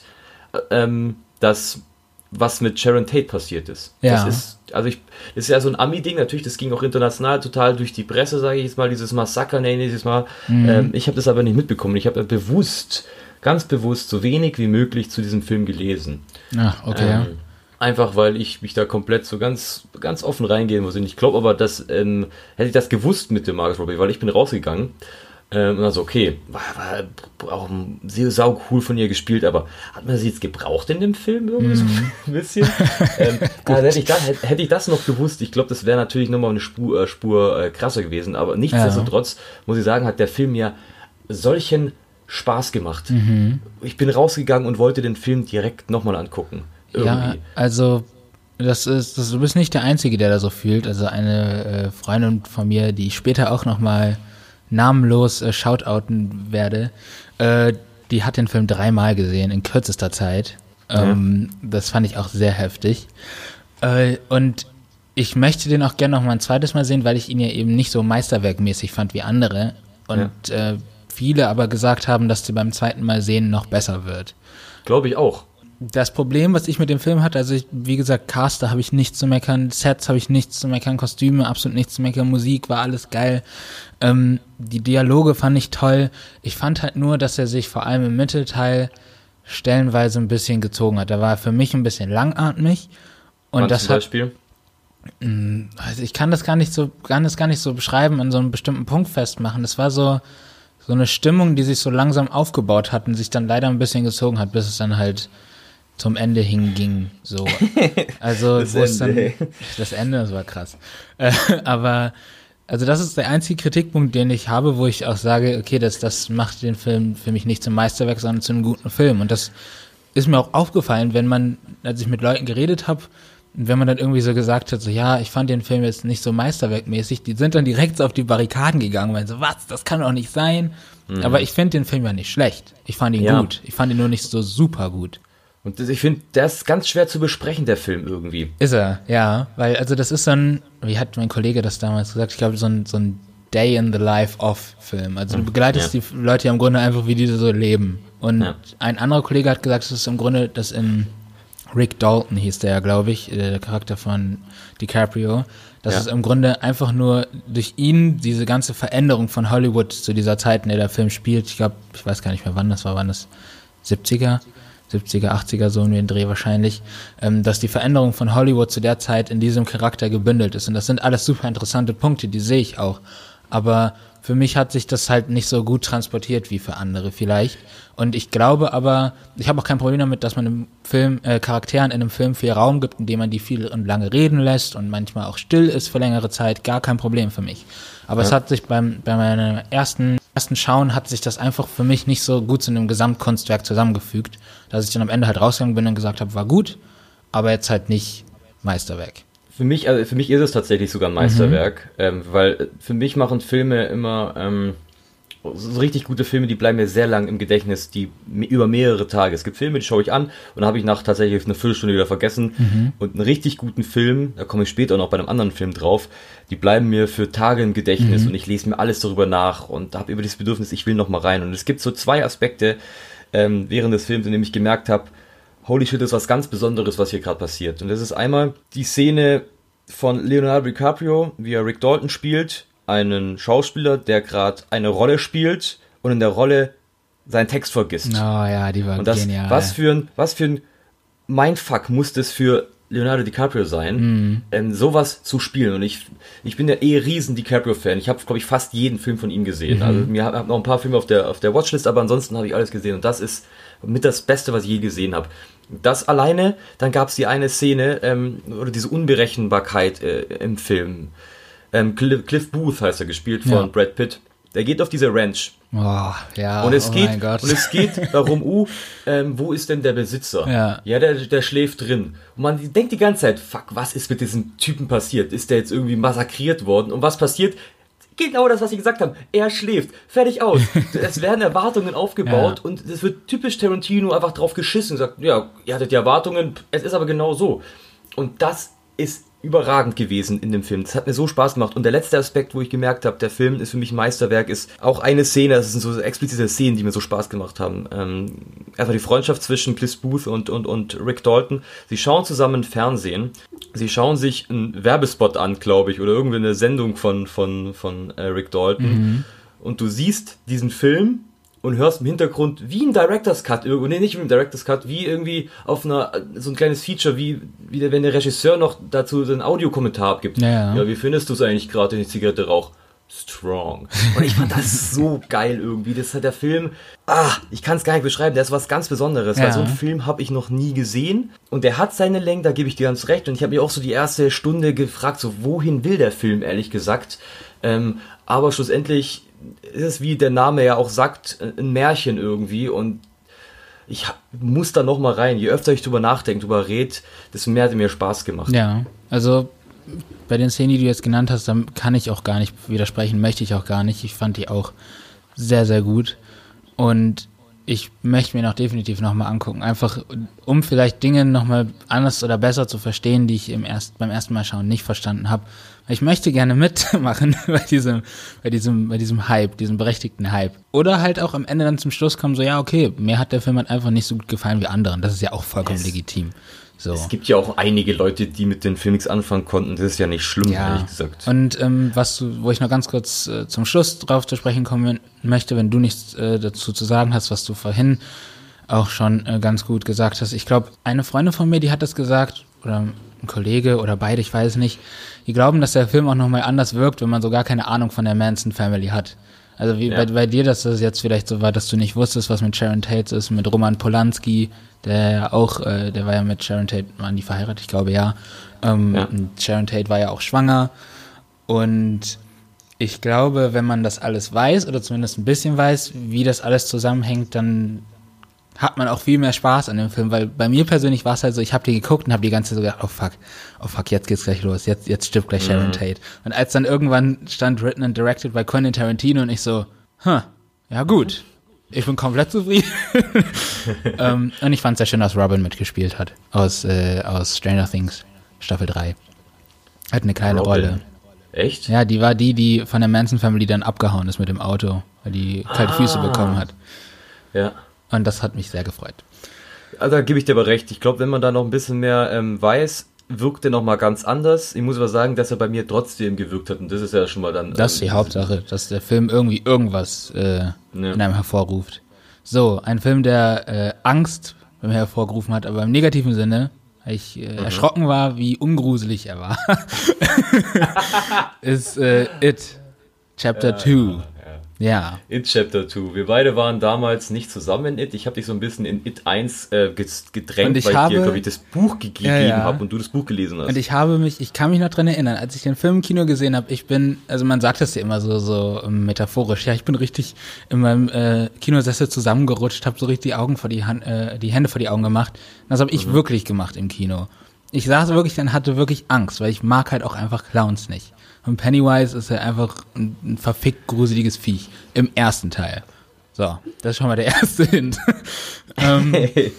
Speaker 2: ähm, dass was mit Sharon Tate passiert ist.
Speaker 1: Ja.
Speaker 2: Das ist, also ich, das ist ja so ein Ami-Ding, natürlich, das ging auch international total durch die Presse, sage ich jetzt mal, dieses Massaker, nee, dieses Mal. Mhm. Ähm, ich habe das aber nicht mitbekommen. Ich habe bewusst, ganz bewusst, so wenig wie möglich zu diesem Film gelesen.
Speaker 1: Ach, okay. Ähm,
Speaker 2: einfach, weil ich mich da komplett so ganz, ganz offen reingehen muss. Und ich glaube aber, dass, ähm, hätte ich das gewusst mit dem Margot Robbie, weil ich bin rausgegangen, Ähm, und also, okay, war, war auch sehr sau cool von ihr gespielt, aber hat man sie jetzt gebraucht in dem Film irgendwie so ein bisschen? ähm, also hätte, ich da, hätte ich das noch gewusst, ich glaube, das wäre natürlich nochmal eine Spur, äh, Spur äh, krasser gewesen, aber nichtsdestotrotz, ja. muss ich sagen, hat der Film ja solchen Spaß gemacht. Mhm. Ich bin rausgegangen und wollte den Film direkt nochmal angucken. Irgendwie.
Speaker 1: Ja, also das ist, das, du bist nicht der Einzige, der da so fühlt. Also eine äh, Freundin von mir, die ich später auch nochmal namenlos äh, shoutouten werde, äh, die hat den Film dreimal gesehen in kürzester Zeit. Ähm, ja. Das fand ich auch sehr heftig. Äh, und ich möchte den auch gerne noch mal ein zweites Mal sehen, weil ich ihn ja eben nicht so meisterwerkmäßig fand wie andere. Und ja. äh, viele aber gesagt haben, dass sie beim zweiten Mal sehen noch besser wird.
Speaker 2: Glaube ich auch.
Speaker 1: Das Problem, was ich mit dem Film hatte, also ich, wie gesagt, Caster habe ich nichts zu meckern, Sets habe ich nichts zu meckern, Kostüme absolut nichts zu meckern, Musik war alles geil, ähm, die Dialoge fand ich toll. Ich fand halt nur, dass er sich vor allem im Mittelteil stellenweise ein bisschen gezogen hat. Da war er für mich ein bisschen langatmig. Und
Speaker 2: Wann
Speaker 1: das
Speaker 2: zum
Speaker 1: hat,
Speaker 2: Beispiel?
Speaker 1: Also ich kann das gar nicht so, kann das gar nicht so beschreiben, an so einem bestimmten Punkt festmachen. Das war so, so eine Stimmung, die sich so langsam aufgebaut hat und sich dann leider ein bisschen gezogen hat, bis es dann halt zum Ende hinging, so. Also,
Speaker 2: das
Speaker 1: wo es dann,
Speaker 2: Ende.
Speaker 1: das Ende, das war krass. Äh, aber, also das ist der einzige Kritikpunkt, den ich habe, wo ich auch sage, okay, das, das macht den Film für mich nicht zum Meisterwerk, sondern zu einem guten Film. Und das ist mir auch aufgefallen, wenn man, als ich mit Leuten geredet habe, wenn man dann irgendwie so gesagt hat, so, ja, ich fand den Film jetzt nicht so meisterwerkmäßig, die sind dann direkt so auf die Barrikaden gegangen, weil so, was, das kann doch nicht sein. Mhm. Aber ich finde den Film ja nicht schlecht. Ich fand ihn ja. gut. Ich fand ihn nur nicht so super gut.
Speaker 2: Und das, ich finde, der ist ganz schwer zu besprechen, der Film irgendwie.
Speaker 1: Ist er, ja. Weil, also das ist so ein, wie hat mein Kollege das damals gesagt, ich glaube, so ein, so ein Day in the Life of Film. Also du begleitest ja. die Leute ja im Grunde einfach, wie die so leben. Und ja. ein anderer Kollege hat gesagt, es ist im Grunde, dass in Rick Dalton hieß der ja, glaube ich, der Charakter von DiCaprio, dass ja. es im Grunde einfach nur durch ihn diese ganze Veränderung von Hollywood zu dieser Zeit, in der der Film spielt, ich glaube, ich weiß gar nicht mehr wann das war, wann das siebziger, siebziger, achtziger, so in den Dreh wahrscheinlich, ähm, dass die Veränderung von Hollywood zu der Zeit in diesem Charakter gebündelt ist. Und das sind alles super interessante Punkte, die sehe ich auch. Aber für mich hat sich das halt nicht so gut transportiert wie für andere vielleicht. Und ich glaube aber, ich habe auch kein Problem damit, dass man im Film, äh, Charakteren in einem Film viel Raum gibt, indem man die viel und lange reden lässt und manchmal auch still ist für längere Zeit, gar kein Problem für mich. Aber ja. es hat sich beim, bei meinem ersten, ersten Schauen hat sich das einfach für mich nicht so gut zu einem Gesamtkunstwerk zusammengefügt, dass ich dann am Ende halt rausgegangen bin und gesagt habe, war gut, aber jetzt halt nicht Meisterwerk.
Speaker 2: Für mich, also für mich ist es tatsächlich sogar ein Meisterwerk, mhm. ähm, weil für mich machen Filme immer ähm, so richtig gute Filme, die bleiben mir sehr lang im Gedächtnis, die über mehrere Tage. Es gibt Filme, die schaue ich an und dann habe ich nach tatsächlich eine Viertelstunde wieder vergessen. Mhm. Und einen richtig guten Film, da komme ich später noch bei einem anderen Film drauf, die bleiben mir für Tage im Gedächtnis mhm. und ich lese mir alles darüber nach und habe über das Bedürfnis, ich will noch mal rein. Und es gibt so zwei Aspekte ähm, während des Films, in dem ich gemerkt habe, holy shit, das ist was ganz Besonderes, was hier gerade passiert. Und das ist einmal die Szene von Leonardo DiCaprio, wie er Rick Dalton spielt, einen Schauspieler, der gerade eine Rolle spielt und in der Rolle seinen Text vergisst.
Speaker 1: Oh ja, die war
Speaker 2: und das,
Speaker 1: genial.
Speaker 2: Was für ein, was für ein Mindfuck muss das für Leonardo DiCaprio sein, mm. ähm, sowas zu spielen. Und ich, ich bin ja eh riesen DiCaprio-Fan. Ich habe, glaube ich, fast jeden Film von ihm gesehen. Mhm. Also mir habe noch ein paar Filme auf der, auf der Watchlist, aber ansonsten habe ich alles gesehen. Und das ist mit das Beste, was ich je gesehen habe. Das alleine, dann gab es die eine Szene, ähm, oder diese Unberechenbarkeit äh, im Film. Ähm, Cliff, Cliff Booth heißt er, gespielt von ja. Brad Pitt. Der geht auf diese Ranch.
Speaker 1: Oh, ja,
Speaker 2: und es
Speaker 1: oh
Speaker 2: geht
Speaker 1: mein Gott.
Speaker 2: Und es geht darum, uh, ähm, wo ist denn der Besitzer?
Speaker 1: Ja,
Speaker 2: ja der, der schläft drin. Und man denkt die ganze Zeit, fuck, was ist mit diesem Typen passiert? Ist der jetzt irgendwie massakriert worden? Und was passiert? Genau das, was sie gesagt haben. Er schläft. Fertig aus. Es werden Erwartungen aufgebaut ja. und es wird typisch Tarantino einfach drauf geschissen und sagt, ja, ihr hattet die Erwartungen, es ist aber genau so. Und das ist überragend gewesen in dem Film. Das hat mir so Spaß gemacht. Und der letzte Aspekt, wo ich gemerkt habe, der Film ist für mich ein Meisterwerk, ist auch eine Szene, das sind so explizite Szenen, die mir so Spaß gemacht haben. Ähm, einfach die Freundschaft zwischen Cliff Booth und, und, und Rick Dalton. Sie schauen zusammen Fernsehen. Sie schauen sich einen Werbespot an, glaube ich, oder irgendwie eine Sendung von, von, von äh, Rick Dalton. Mhm. Und du siehst diesen Film und hörst im Hintergrund wie ein Director's Cut, nee, nicht wie ein Director's Cut, wie irgendwie auf einer, so ein kleines Feature, wie, wie der, wenn der Regisseur noch dazu so einen Audiokommentar abgibt.
Speaker 1: Ja, ja.
Speaker 2: ja, wie findest du es eigentlich gerade, wenn die Zigarette raucht? Strong. Und ich fand das so geil irgendwie. Das hat der Film, ah, ich kann es gar nicht beschreiben, der ist was ganz Besonderes, ja. weil so einen Film habe ich noch nie gesehen und der hat seine Länge, da gebe ich dir ganz recht und ich habe mir auch so die erste Stunde gefragt, so wohin will der Film, ehrlich gesagt. Ähm, aber schlussendlich ist es, wie der Name ja auch sagt, ein Märchen irgendwie und ich hab, muss da noch mal rein. Je öfter ich drüber nachdenke, drüber rede, desto mehr hat mir Spaß gemacht.
Speaker 1: Ja, also bei den Szenen, die du jetzt genannt hast, da kann ich auch gar nicht widersprechen, möchte ich auch gar nicht. Ich fand die auch sehr, sehr gut. Und ich möchte mir noch definitiv nochmal angucken. Einfach, um vielleicht Dinge nochmal anders oder besser zu verstehen, die ich im erst, beim ersten Mal schauen nicht verstanden habe. Ich möchte gerne mitmachen bei diesem, bei diesem, bei diesem Hype, diesem berechtigten Hype. Oder halt auch am Ende dann zum Schluss kommen, so, ja, okay, mir hat der Film halt einfach nicht so gut gefallen wie anderen. Das ist ja auch vollkommen es, legitim. So.
Speaker 2: Es gibt ja auch einige Leute, die mit dem Film nichts anfangen konnten. Das ist ja nicht schlimm,
Speaker 1: ja.
Speaker 2: ehrlich gesagt.
Speaker 1: Und ähm, was du, wo ich noch ganz kurz äh, zum Schluss drauf zu sprechen kommen möchte, wenn du nichts äh, dazu zu sagen hast, was du vorhin auch schon äh, ganz gut gesagt hast. Ich glaube, eine Freundin von mir, die hat das gesagt, oder ein Kollege oder beide, ich weiß nicht, die glauben, dass der Film auch nochmal anders wirkt, wenn man so gar keine Ahnung von der Manson Family hat. Also wie ja. bei, bei dir, dass das jetzt vielleicht so war, dass du nicht wusstest, was mit Sharon Tate ist, mit Roman Polanski, der ja auch, äh, der war ja mit Sharon Tate, waren die verheiratet, ich glaube ja. Ähm, ja. Sharon Tate war ja auch schwanger und ich glaube, wenn man das alles weiß oder zumindest ein bisschen weiß, wie das alles zusammenhängt, dann hat man auch viel mehr Spaß an dem Film, weil bei mir persönlich war es halt so, ich habe die geguckt und habe die ganze Zeit so gedacht, oh fuck, oh fuck, jetzt geht's gleich los, jetzt jetzt stirbt gleich Sharon mhm. Tate. Und als dann irgendwann stand written and directed by Quentin Tarantino und ich so, huh, ja gut, ich bin komplett zufrieden. um, und ich fand es sehr schön, dass Robin mitgespielt hat, aus, äh, aus Stranger Things, Staffel drei. Hat eine kleine Robin. Rolle.
Speaker 2: Echt?
Speaker 1: Ja, die war die, die von der Manson Family dann abgehauen ist mit dem Auto, weil die kalte ah. Füße bekommen hat.
Speaker 2: Ja.
Speaker 1: Und das hat mich sehr gefreut.
Speaker 2: Also da gebe ich dir aber recht. Ich glaube, wenn man da noch ein bisschen mehr ähm, weiß, wirkt er nochmal ganz anders. Ich muss aber sagen, dass er bei mir trotzdem gewirkt hat. Und das ist ja schon mal dann...
Speaker 1: Das ist die ähm, Hauptsache, dass der Film irgendwie irgendwas äh, ja. in einem hervorruft. So, ein Film, der äh, Angst bei mir hervorgerufen hat, aber im negativen Sinne, weil ich äh, mhm. erschrocken war, wie ungruselig er war, ist äh, It, Chapter zwei. Ja. Ja.
Speaker 2: It Chapter zwei. Wir beide waren damals nicht zusammen in It. Ich habe dich so ein bisschen in It eins äh, gedrängt,
Speaker 1: ich
Speaker 2: weil
Speaker 1: habe,
Speaker 2: ich dir, glaube ich, das Buch gegeben ja, ja. habe und du das Buch gelesen hast.
Speaker 1: Und ich habe mich, ich kann mich noch dran erinnern, als ich den Film im Kino gesehen habe, ich bin, also man sagt das ja immer so, so metaphorisch, ja, ich bin richtig in meinem äh, Kinosessel zusammengerutscht, habe so richtig die Augen vor die Hand, äh, die Hände vor die Augen gemacht. Das habe ich mhm. wirklich gemacht im Kino. Ich saß wirklich dann, hatte wirklich Angst, weil ich mag halt auch einfach Clowns nicht. Und Pennywise ist ja einfach ein, ein verfickt gruseliges Viech. Im ersten Teil. So, das ist schon mal der erste Hint. ähm,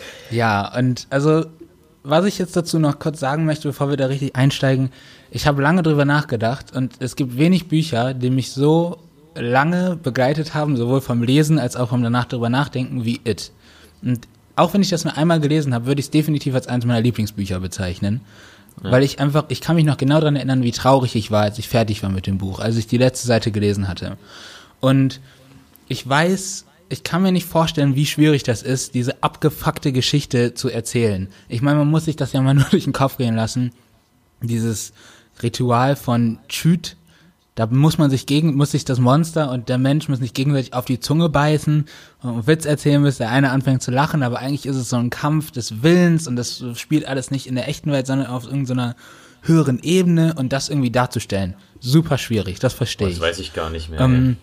Speaker 1: ja, und also, was ich jetzt dazu noch kurz sagen möchte, bevor wir da richtig einsteigen, ich habe lange drüber nachgedacht und es gibt wenig Bücher, die mich so lange begleitet haben, sowohl vom Lesen als auch vom danach drüber nachdenken, wie It. Und auch wenn ich das nur einmal gelesen habe, würde ich es definitiv als eines meiner Lieblingsbücher bezeichnen. Ja. Weil ich einfach, ich kann mich noch genau daran erinnern, wie traurig ich war, als ich fertig war mit dem Buch, als ich die letzte Seite gelesen hatte. Und ich weiß, ich kann mir nicht vorstellen, wie schwierig das ist, diese abgefuckte Geschichte zu erzählen. Ich meine, man muss sich das ja mal nur durch den Kopf gehen lassen. Dieses Ritual von Chüt, da muss man sich gegen, muss sich das Monster und der Mensch müssen sich gegenseitig auf die Zunge beißen und einen Witz erzählen, bis der eine anfängt zu lachen, aber eigentlich ist es so ein Kampf des Willens und das spielt alles nicht in der echten Welt, sondern auf irgendeiner höheren Ebene und das irgendwie darzustellen. Super schwierig, das verstehe ich.
Speaker 2: Das weiß ich gar nicht mehr.
Speaker 1: Ähm,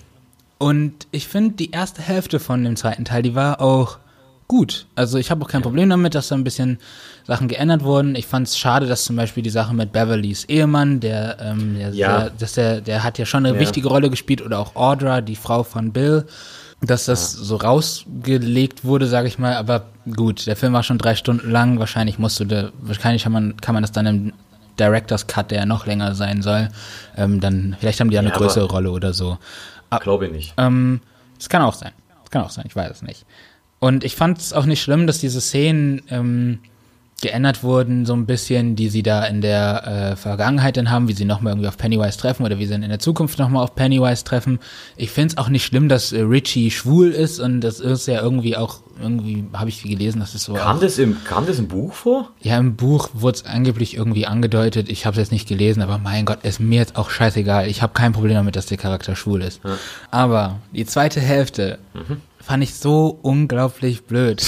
Speaker 1: und ich finde, die erste Hälfte von dem zweiten Teil, die war auch gut. Also ich habe auch kein ja. Problem damit, dass da ein bisschen Sachen geändert wurden. Ich fand es schade, dass zum Beispiel die Sache mit Beverlys Ehemann, der, ähm, der,
Speaker 2: ja.
Speaker 1: der, dass der, der hat ja schon eine ja. wichtige Rolle gespielt, oder auch Audra, die Frau von Bill, dass das ja. so rausgelegt wurde, sage ich mal. Aber gut, der Film war schon drei Stunden lang. Wahrscheinlich musste der, wahrscheinlich kann man, kann man das dann im Director's Cut, der ja noch länger sein soll, ähm, dann vielleicht haben die ja eine ja, größere Rolle oder so.
Speaker 2: Glaube ich nicht.
Speaker 1: Ähm, das kann auch sein. Das kann auch sein, ich weiß es nicht. Und ich fand es auch nicht schlimm, dass diese Szenen ähm, geändert wurden, so ein bisschen, die sie da in der äh, Vergangenheit dann haben, wie sie nochmal irgendwie auf Pennywise treffen oder wie sie dann in der Zukunft nochmal auf Pennywise treffen. Ich finde es auch nicht schlimm, dass äh, Richie schwul ist und das ist ja irgendwie auch, irgendwie habe ich viel gelesen, dass es so
Speaker 2: kam
Speaker 1: auch,
Speaker 2: das im Kam das im Buch vor?
Speaker 1: Ja, im Buch wurde es angeblich irgendwie angedeutet. Ich habe es jetzt nicht gelesen, aber mein Gott, ist mir jetzt auch scheißegal. Ich habe kein Problem damit, dass der Charakter schwul ist. Ja. Aber die zweite Hälfte mhm. fand ich so unglaublich blöd.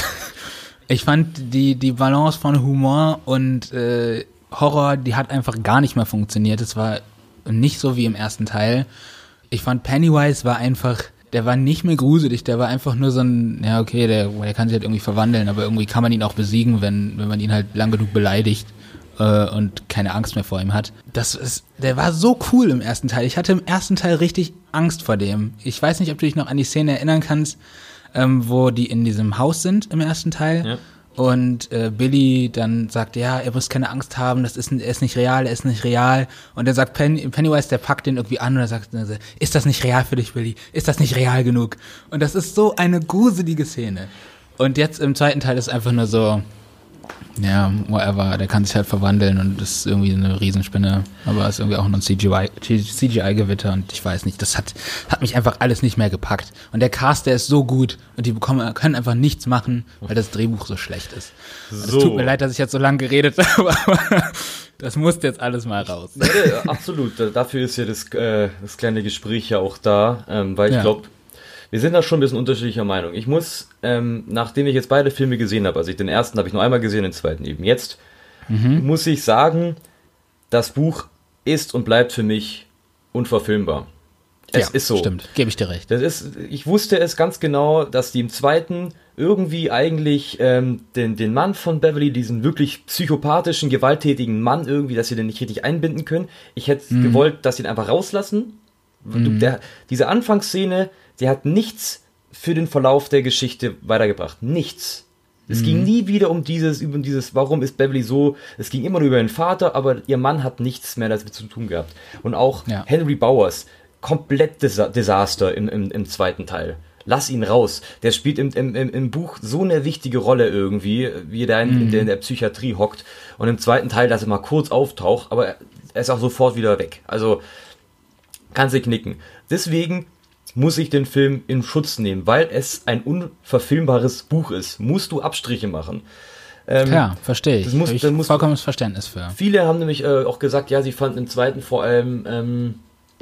Speaker 1: Ich fand die die Balance von Humor und äh, Horror, die hat einfach gar nicht mehr funktioniert. Es war nicht so wie im ersten Teil. Ich fand Pennywise war einfach, der war nicht mehr gruselig, der war einfach nur so ein, ja okay, der, der kann sich halt irgendwie verwandeln, aber irgendwie kann man ihn auch besiegen, wenn wenn man ihn halt lang genug beleidigt äh, und keine Angst mehr vor ihm hat. Das ist, der war so cool im ersten Teil. Ich hatte im ersten Teil richtig Angst vor dem. Ich weiß nicht, ob du dich noch an die Szene erinnern kannst, ähm, wo die in diesem Haus sind im ersten Teil. Ja. Und äh, Billy dann sagt, ja, er muss keine Angst haben, das ist, er ist nicht real, er ist nicht real. Und er sagt, Penny, Pennywise, der packt den irgendwie an und er sagt, ist das nicht real für dich, Billy? Ist das nicht real genug? Und das ist so eine gruselige Szene. Und jetzt im zweiten Teil ist einfach nur so, ja, whatever, der kann sich halt verwandeln und ist irgendwie eine Riesenspinne, aber ist irgendwie auch noch ein C G I-Gewitter und ich weiß nicht, das hat, hat mich einfach alles nicht mehr gepackt. Und der Cast, der ist so gut und die bekommen, können einfach nichts machen, weil das Drehbuch so schlecht ist. Es so. Tut mir leid, dass ich jetzt so lange geredet habe, aber das muss jetzt alles mal raus.
Speaker 2: Ja, ja, absolut, dafür ist ja das, äh, das kleine Gespräch ja auch da, ähm, weil ich ja. glaube, wir sind da schon ein bisschen unterschiedlicher Meinung. Ich muss, ähm, nachdem ich jetzt beide Filme gesehen habe, also ich den ersten habe ich nur einmal gesehen, den zweiten eben jetzt, mhm. muss ich sagen, das Buch ist und bleibt für mich unverfilmbar. Es ja, ist so.
Speaker 1: Stimmt, gebe ich dir recht.
Speaker 2: Das ist, ich wusste es ganz genau, dass die im zweiten irgendwie eigentlich ähm, den, den Mann von Beverly, diesen wirklich psychopathischen, gewalttätigen Mann irgendwie, dass sie den nicht richtig einbinden können. Ich hätte mhm. gewollt, dass sie ihn einfach rauslassen. Mhm. Der, diese Anfangsszene, die hat nichts für den Verlauf der Geschichte weitergebracht. Nichts. Es mhm. ging nie wieder um dieses, über dieses, warum ist Beverly so, es ging immer nur über ihren Vater, aber ihr Mann hat nichts mehr damit zu tun gehabt. Und auch ja. Henry Bowers, komplett Desa- Desaster im, im, im zweiten Teil. Lass ihn raus. Der spielt im, im, im Buch so eine wichtige Rolle irgendwie, wie er da in, mhm. in, der, in der Psychiatrie hockt. Und im zweiten Teil, dass er mal kurz auftaucht, aber er ist auch sofort wieder weg. Also, kannst du knicken. Deswegen muss ich den Film in Schutz nehmen, weil es ein unverfilmbares Buch ist. Musst du Abstriche machen.
Speaker 1: Ähm, ja, verstehe ich. Das muss, ich muss vollkommenes Verständnis für.
Speaker 2: Viele haben nämlich äh, auch gesagt, ja, sie fanden im zweiten vor allem ähm,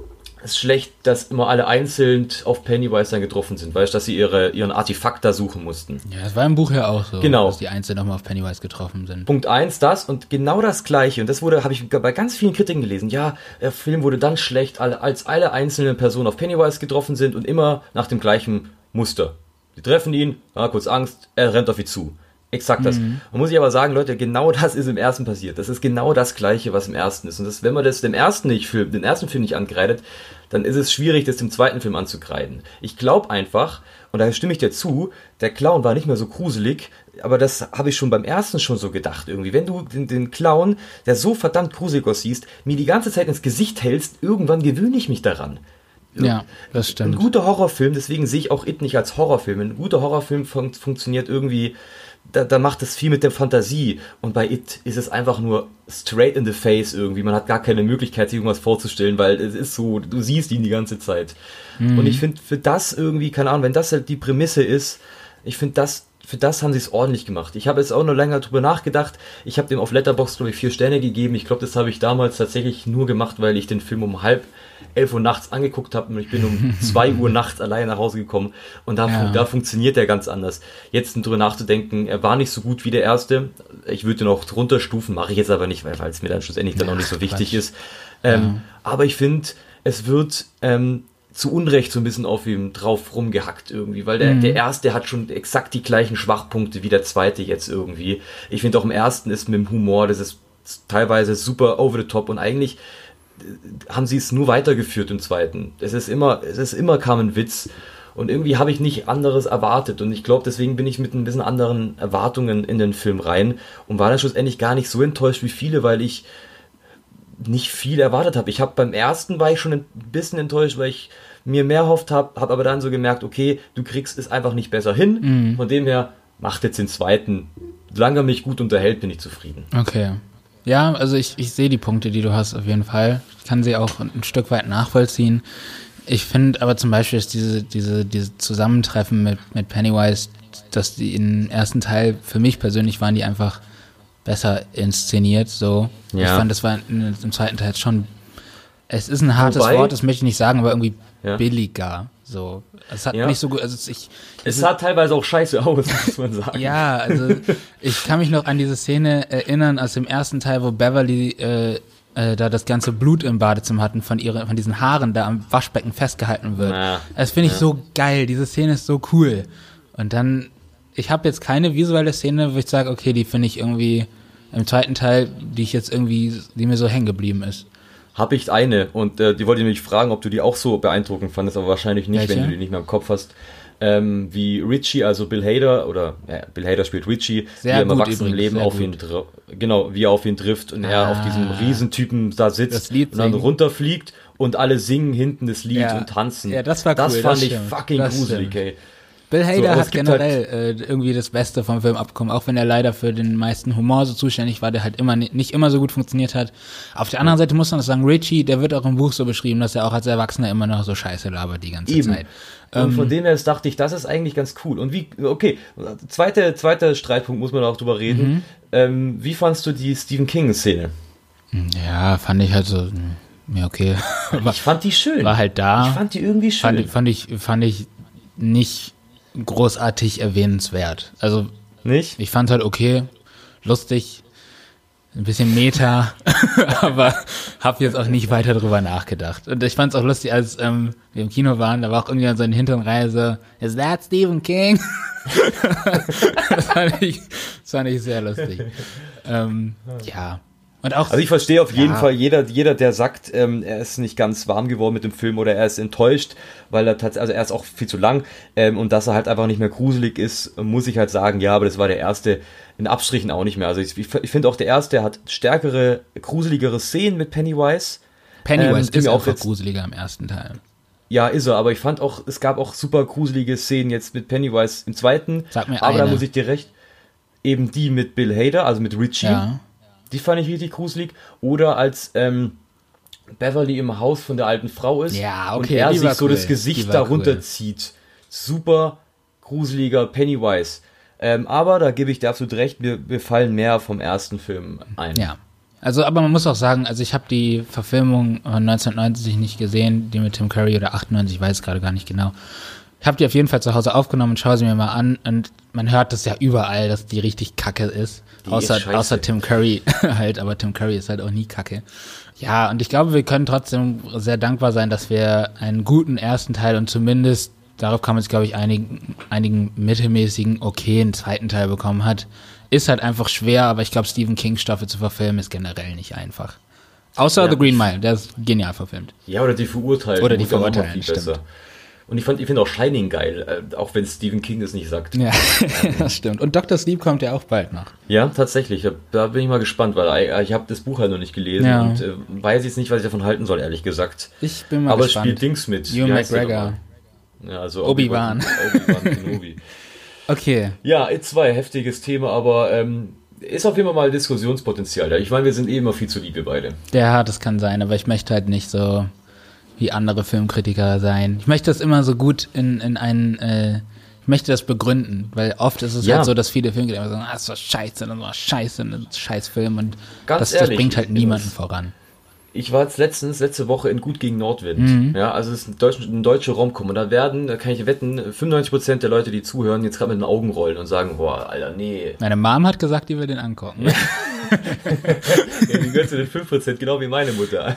Speaker 2: es schlecht, dass immer alle einzeln auf Pennywise dann getroffen sind, weißt du, dass sie ihre, ihren Artefakt da suchen mussten.
Speaker 1: Ja, das war im Buch ja auch so,
Speaker 2: genau.
Speaker 1: dass die einzeln nochmal auf Pennywise getroffen sind.
Speaker 2: Punkt eins, das und genau das Gleiche, und das wurde, habe ich bei ganz vielen Kritiken gelesen, ja, der Film wurde dann schlecht, als alle einzelnen Personen auf Pennywise getroffen sind und immer nach dem gleichen Muster. Sie treffen ihn, ah, kurz Angst, er rennt auf ihn zu. Exakt das. Mhm. Man muss ich aber sagen, Leute, genau das ist im ersten passiert. Das ist genau das Gleiche, was im ersten ist. Und das, wenn man das dem ersten nicht für den ersten Film nicht ankreidet, dann ist es schwierig, das dem zweiten Film anzukreiden. Ich glaube einfach, und da stimme ich dir zu, der Clown war nicht mehr so gruselig, aber das habe ich schon beim ersten schon so gedacht irgendwie. Wenn du den, den Clown, der so verdammt gruselig aussieht, mir die ganze Zeit ins Gesicht hältst, irgendwann gewöhne ich mich daran.
Speaker 1: Ja, das stimmt.
Speaker 2: Ein guter Horrorfilm, deswegen sehe ich auch It nicht als Horrorfilm. Ein guter Horrorfilm fun- funktioniert irgendwie, da, da macht es viel mit der Fantasie. Und bei It ist es einfach nur straight in the face irgendwie. Man hat gar keine Möglichkeit, sich irgendwas vorzustellen, weil es ist so, du siehst ihn die ganze Zeit. Mhm. Und ich finde, für das irgendwie, keine Ahnung, wenn das halt die Prämisse ist, ich finde, das, für das haben sie es ordentlich gemacht. Ich habe jetzt auch noch länger drüber nachgedacht. Ich habe dem auf Letterboxd, glaube ich, vier Sterne gegeben. Ich glaube, das habe ich damals tatsächlich nur gemacht, weil ich den Film um halb elf Uhr nachts angeguckt habe und ich bin um zwei Uhr nachts alleine nach Hause gekommen und da, ja. da funktioniert er ganz anders. Jetzt drüber nachzudenken, er war nicht so gut wie der erste. Ich würde ihn auch runterstufen, mache ich jetzt aber nicht, weil es mir dann schlussendlich dann ja, auch nicht so wichtig Quatsch. ist. Ähm, ja. Aber ich finde, es wird ähm, zu Unrecht so ein bisschen auf ihm drauf rumgehackt irgendwie, weil der, mhm. der erste hat schon exakt die gleichen Schwachpunkte wie der zweite jetzt irgendwie. Ich finde auch im ersten ist mit dem Humor, das ist teilweise super over the top und eigentlich haben sie es nur weitergeführt im zweiten. Es ist immer, es ist immer kam ein Witz und irgendwie habe ich nicht anderes erwartet und ich glaube, deswegen bin ich mit ein bisschen anderen Erwartungen in den Film rein und war dann schlussendlich gar nicht so enttäuscht wie viele, weil ich nicht viel erwartet habe. Ich habe beim ersten war ich schon ein bisschen enttäuscht, weil ich mir mehr erhofft habe, habe aber dann so gemerkt, okay, du kriegst es einfach nicht besser hin. Mhm. Von dem her, macht jetzt den zweiten. Solange er mich gut unterhält, bin ich zufrieden.
Speaker 1: Okay. Ja, also ich, ich sehe die Punkte, die du hast, auf jeden Fall. Ich kann sie auch ein Stück weit nachvollziehen. Ich finde aber zum Beispiel, dass diese, diese, diese Zusammentreffen mit, mit Pennywise, dass die im ersten Teil, für mich persönlich, waren die einfach besser inszeniert, so. Ja. Ich fand, das war in, im zweiten Teil schon, es ist ein hartes Wobei, Wort, das möchte ich nicht sagen, aber irgendwie ja. billiger, so. Es hat ja. nicht so gut, also ich...
Speaker 2: Es sah teilweise auch scheiße aus, muss man sagen.
Speaker 1: Ja, also ich kann mich noch an diese Szene erinnern aus dem ersten Teil, wo Beverly äh, äh, da das ganze Blut im Badezimmer hatten, von ihren, von diesen Haaren da am Waschbecken festgehalten wird. Ja. Das finde ich ja. so geil, diese Szene ist so cool. Und dann, ich habe jetzt keine visuelle Szene, wo ich sage, okay, die finde ich irgendwie im zweiten Teil, die ich jetzt irgendwie, die mir so hängen geblieben ist.
Speaker 2: Habe ich eine und äh, die wollte ich mich fragen, ob du die auch so beeindruckend fandest, aber wahrscheinlich nicht, Welche? Wenn du die nicht mehr im Kopf hast. ähm, wie Richie, also Bill Hader, oder äh, Bill Hader spielt Richie,
Speaker 1: sehr
Speaker 2: wie er im
Speaker 1: gut
Speaker 2: Erwachsenenleben auf ihn, genau, wie er auf ihn trifft und ah, er auf diesem Riesentypen da sitzt und dann runterfliegt und alle singen hinten das Lied ja. und tanzen.
Speaker 1: Ja, das war cool.
Speaker 2: Das fand
Speaker 1: das
Speaker 2: ich
Speaker 1: stimmt.
Speaker 2: fucking
Speaker 1: das
Speaker 2: gruselig,
Speaker 1: stimmt.
Speaker 2: ey.
Speaker 1: Bill Hader
Speaker 2: so,
Speaker 1: hat generell halt äh, irgendwie das Beste vom Film abbekommen, auch wenn er leider für den meisten Humor so zuständig war, der halt immer nicht immer so gut funktioniert hat. Auf der anderen Seite muss man das sagen, Richie, der wird auch im Buch so beschrieben, dass er auch als Erwachsener immer noch so scheiße labert die ganze
Speaker 2: Eben.
Speaker 1: Zeit.
Speaker 2: Und ähm, von dem her dachte ich, das ist eigentlich ganz cool. Und wie, okay, zweiter zweite Streitpunkt muss man auch drüber reden. Mhm. Ähm, wie fandst du die Stephen King-Szene?
Speaker 1: Ja, fand ich halt so, ja, okay.
Speaker 2: Ich fand die schön.
Speaker 1: War halt da.
Speaker 2: Ich fand die irgendwie schön.
Speaker 1: Fand, fand ich, fand ich nicht großartig erwähnenswert. Also
Speaker 2: nicht?
Speaker 1: Ich fand halt okay, lustig, ein bisschen Meta, aber habe jetzt auch nicht weiter drüber nachgedacht. Und ich fand es auch lustig, als ähm, wir im Kino waren, da war auch irgendwie an seinen hinteren Reise, is that Stephen King? das, fand ich, das fand ich sehr lustig. Ähm, ja. Und auch,
Speaker 2: also ich verstehe auf jeden
Speaker 1: ja.
Speaker 2: Fall, jeder, jeder, der sagt, ähm, er ist nicht ganz warm geworden mit dem Film oder er ist enttäuscht, weil er tatsächlich, also er ist auch viel zu lang ähm, und dass er halt einfach nicht mehr gruselig ist, muss ich halt sagen, ja, aber das war der erste, in Abstrichen auch nicht mehr. Also ich, ich finde auch der erste, der hat stärkere, gruseligere Szenen mit Pennywise.
Speaker 1: Pennywise ähm, ist auch
Speaker 2: jetzt,
Speaker 1: gruseliger im ersten Teil.
Speaker 2: Ja, ist er, aber ich fand auch, es gab auch super gruselige Szenen jetzt mit Pennywise im zweiten.
Speaker 1: Sag mir
Speaker 2: aber
Speaker 1: eine.
Speaker 2: da muss ich dir recht, eben die mit Bill Hader, also mit Richie.
Speaker 1: Ja.
Speaker 2: Die fand ich richtig gruselig. Oder als ähm, Beverly im Haus von der alten Frau ist
Speaker 1: ja, okay,
Speaker 2: und er sich so
Speaker 1: cool.
Speaker 2: das Gesicht darunter
Speaker 1: cool.
Speaker 2: zieht. Super gruseliger Pennywise. Ähm, aber da gebe ich dir absolut recht, mir, mir fallen mehr vom ersten Film ein.
Speaker 1: Ja, also aber man muss auch sagen, also ich habe die Verfilmung neunzehnhundertneunzig nicht gesehen, die mit Tim Curry oder achtundneunzig, ich weiß es gerade gar nicht genau. Ich habe die auf jeden Fall zu Hause aufgenommen und schaue sie mir mal an und man hört das ja überall, dass die richtig kacke ist. Die außer, ist außer Tim Curry halt, aber Tim Curry ist halt auch nie kacke. Ja, und ich glaube, wir können trotzdem sehr dankbar sein, dass wir einen guten ersten Teil und zumindest, darauf kann man sich, glaube ich, einigen, einigen mittelmäßigen, okayen zweiten Teil bekommen hat. Ist halt einfach schwer, aber ich glaube, Stephen King Stoffe zu verfilmen ist generell nicht einfach. Außer ja. The Green Mile, der ist genial verfilmt.
Speaker 2: Ja, oder die Verurteilten.
Speaker 1: Oder die Verurteilten, stimmt.
Speaker 2: Besser. Und ich, ich finde auch Shining geil, äh, auch wenn Stephen King das nicht sagt.
Speaker 1: Ja, das stimmt. Und Doktor Sleep kommt ja auch bald noch.
Speaker 2: Ja, tatsächlich. Da bin ich mal gespannt, weil ich, ich habe das Buch halt noch nicht gelesen
Speaker 1: ja.
Speaker 2: und äh, weiß jetzt nicht, was ich davon halten soll, ehrlich gesagt.
Speaker 1: Ich bin mal
Speaker 2: Aber
Speaker 1: gespannt.
Speaker 2: Aber es spielt Dings mit.
Speaker 1: Ewan McGregor.
Speaker 2: Ja, also
Speaker 1: Obi-Wan.
Speaker 2: Obi-Wan Kenobi.
Speaker 1: Okay.
Speaker 2: Ja, It zwei, heftiges Thema, aber ähm, ist auf jeden Fall mal Diskussionspotenzial. Ja. Ich meine, wir sind eh immer viel zu lieb, wir beide.
Speaker 1: Ja, das kann sein, aber ich möchte halt nicht so wie andere Filmkritiker sein. Ich möchte das immer so gut in, in einen, äh, ich möchte das begründen, weil oft ist es ja. halt so, dass viele Filmkritiker sagen, ah, das war scheiße, das war scheiße, das ist ein Scheißfilm und das, ehrlich, das bringt halt niemanden voran.
Speaker 2: Ich war jetzt letztens, letzte Woche in Gut gegen Nordwind. Mhm. Ja, also es ist ein, Deutsch, ein deutscher Romcom und da werden, da kann ich wetten, fünfundneunzig Prozent der Leute, die zuhören, jetzt gerade mit den Augen rollen und sagen, boah, Alter, nee.
Speaker 1: Meine Mom hat gesagt, die will den angucken.
Speaker 2: Ja, die gehört zu den fünf Prozent, genau wie meine Mutter.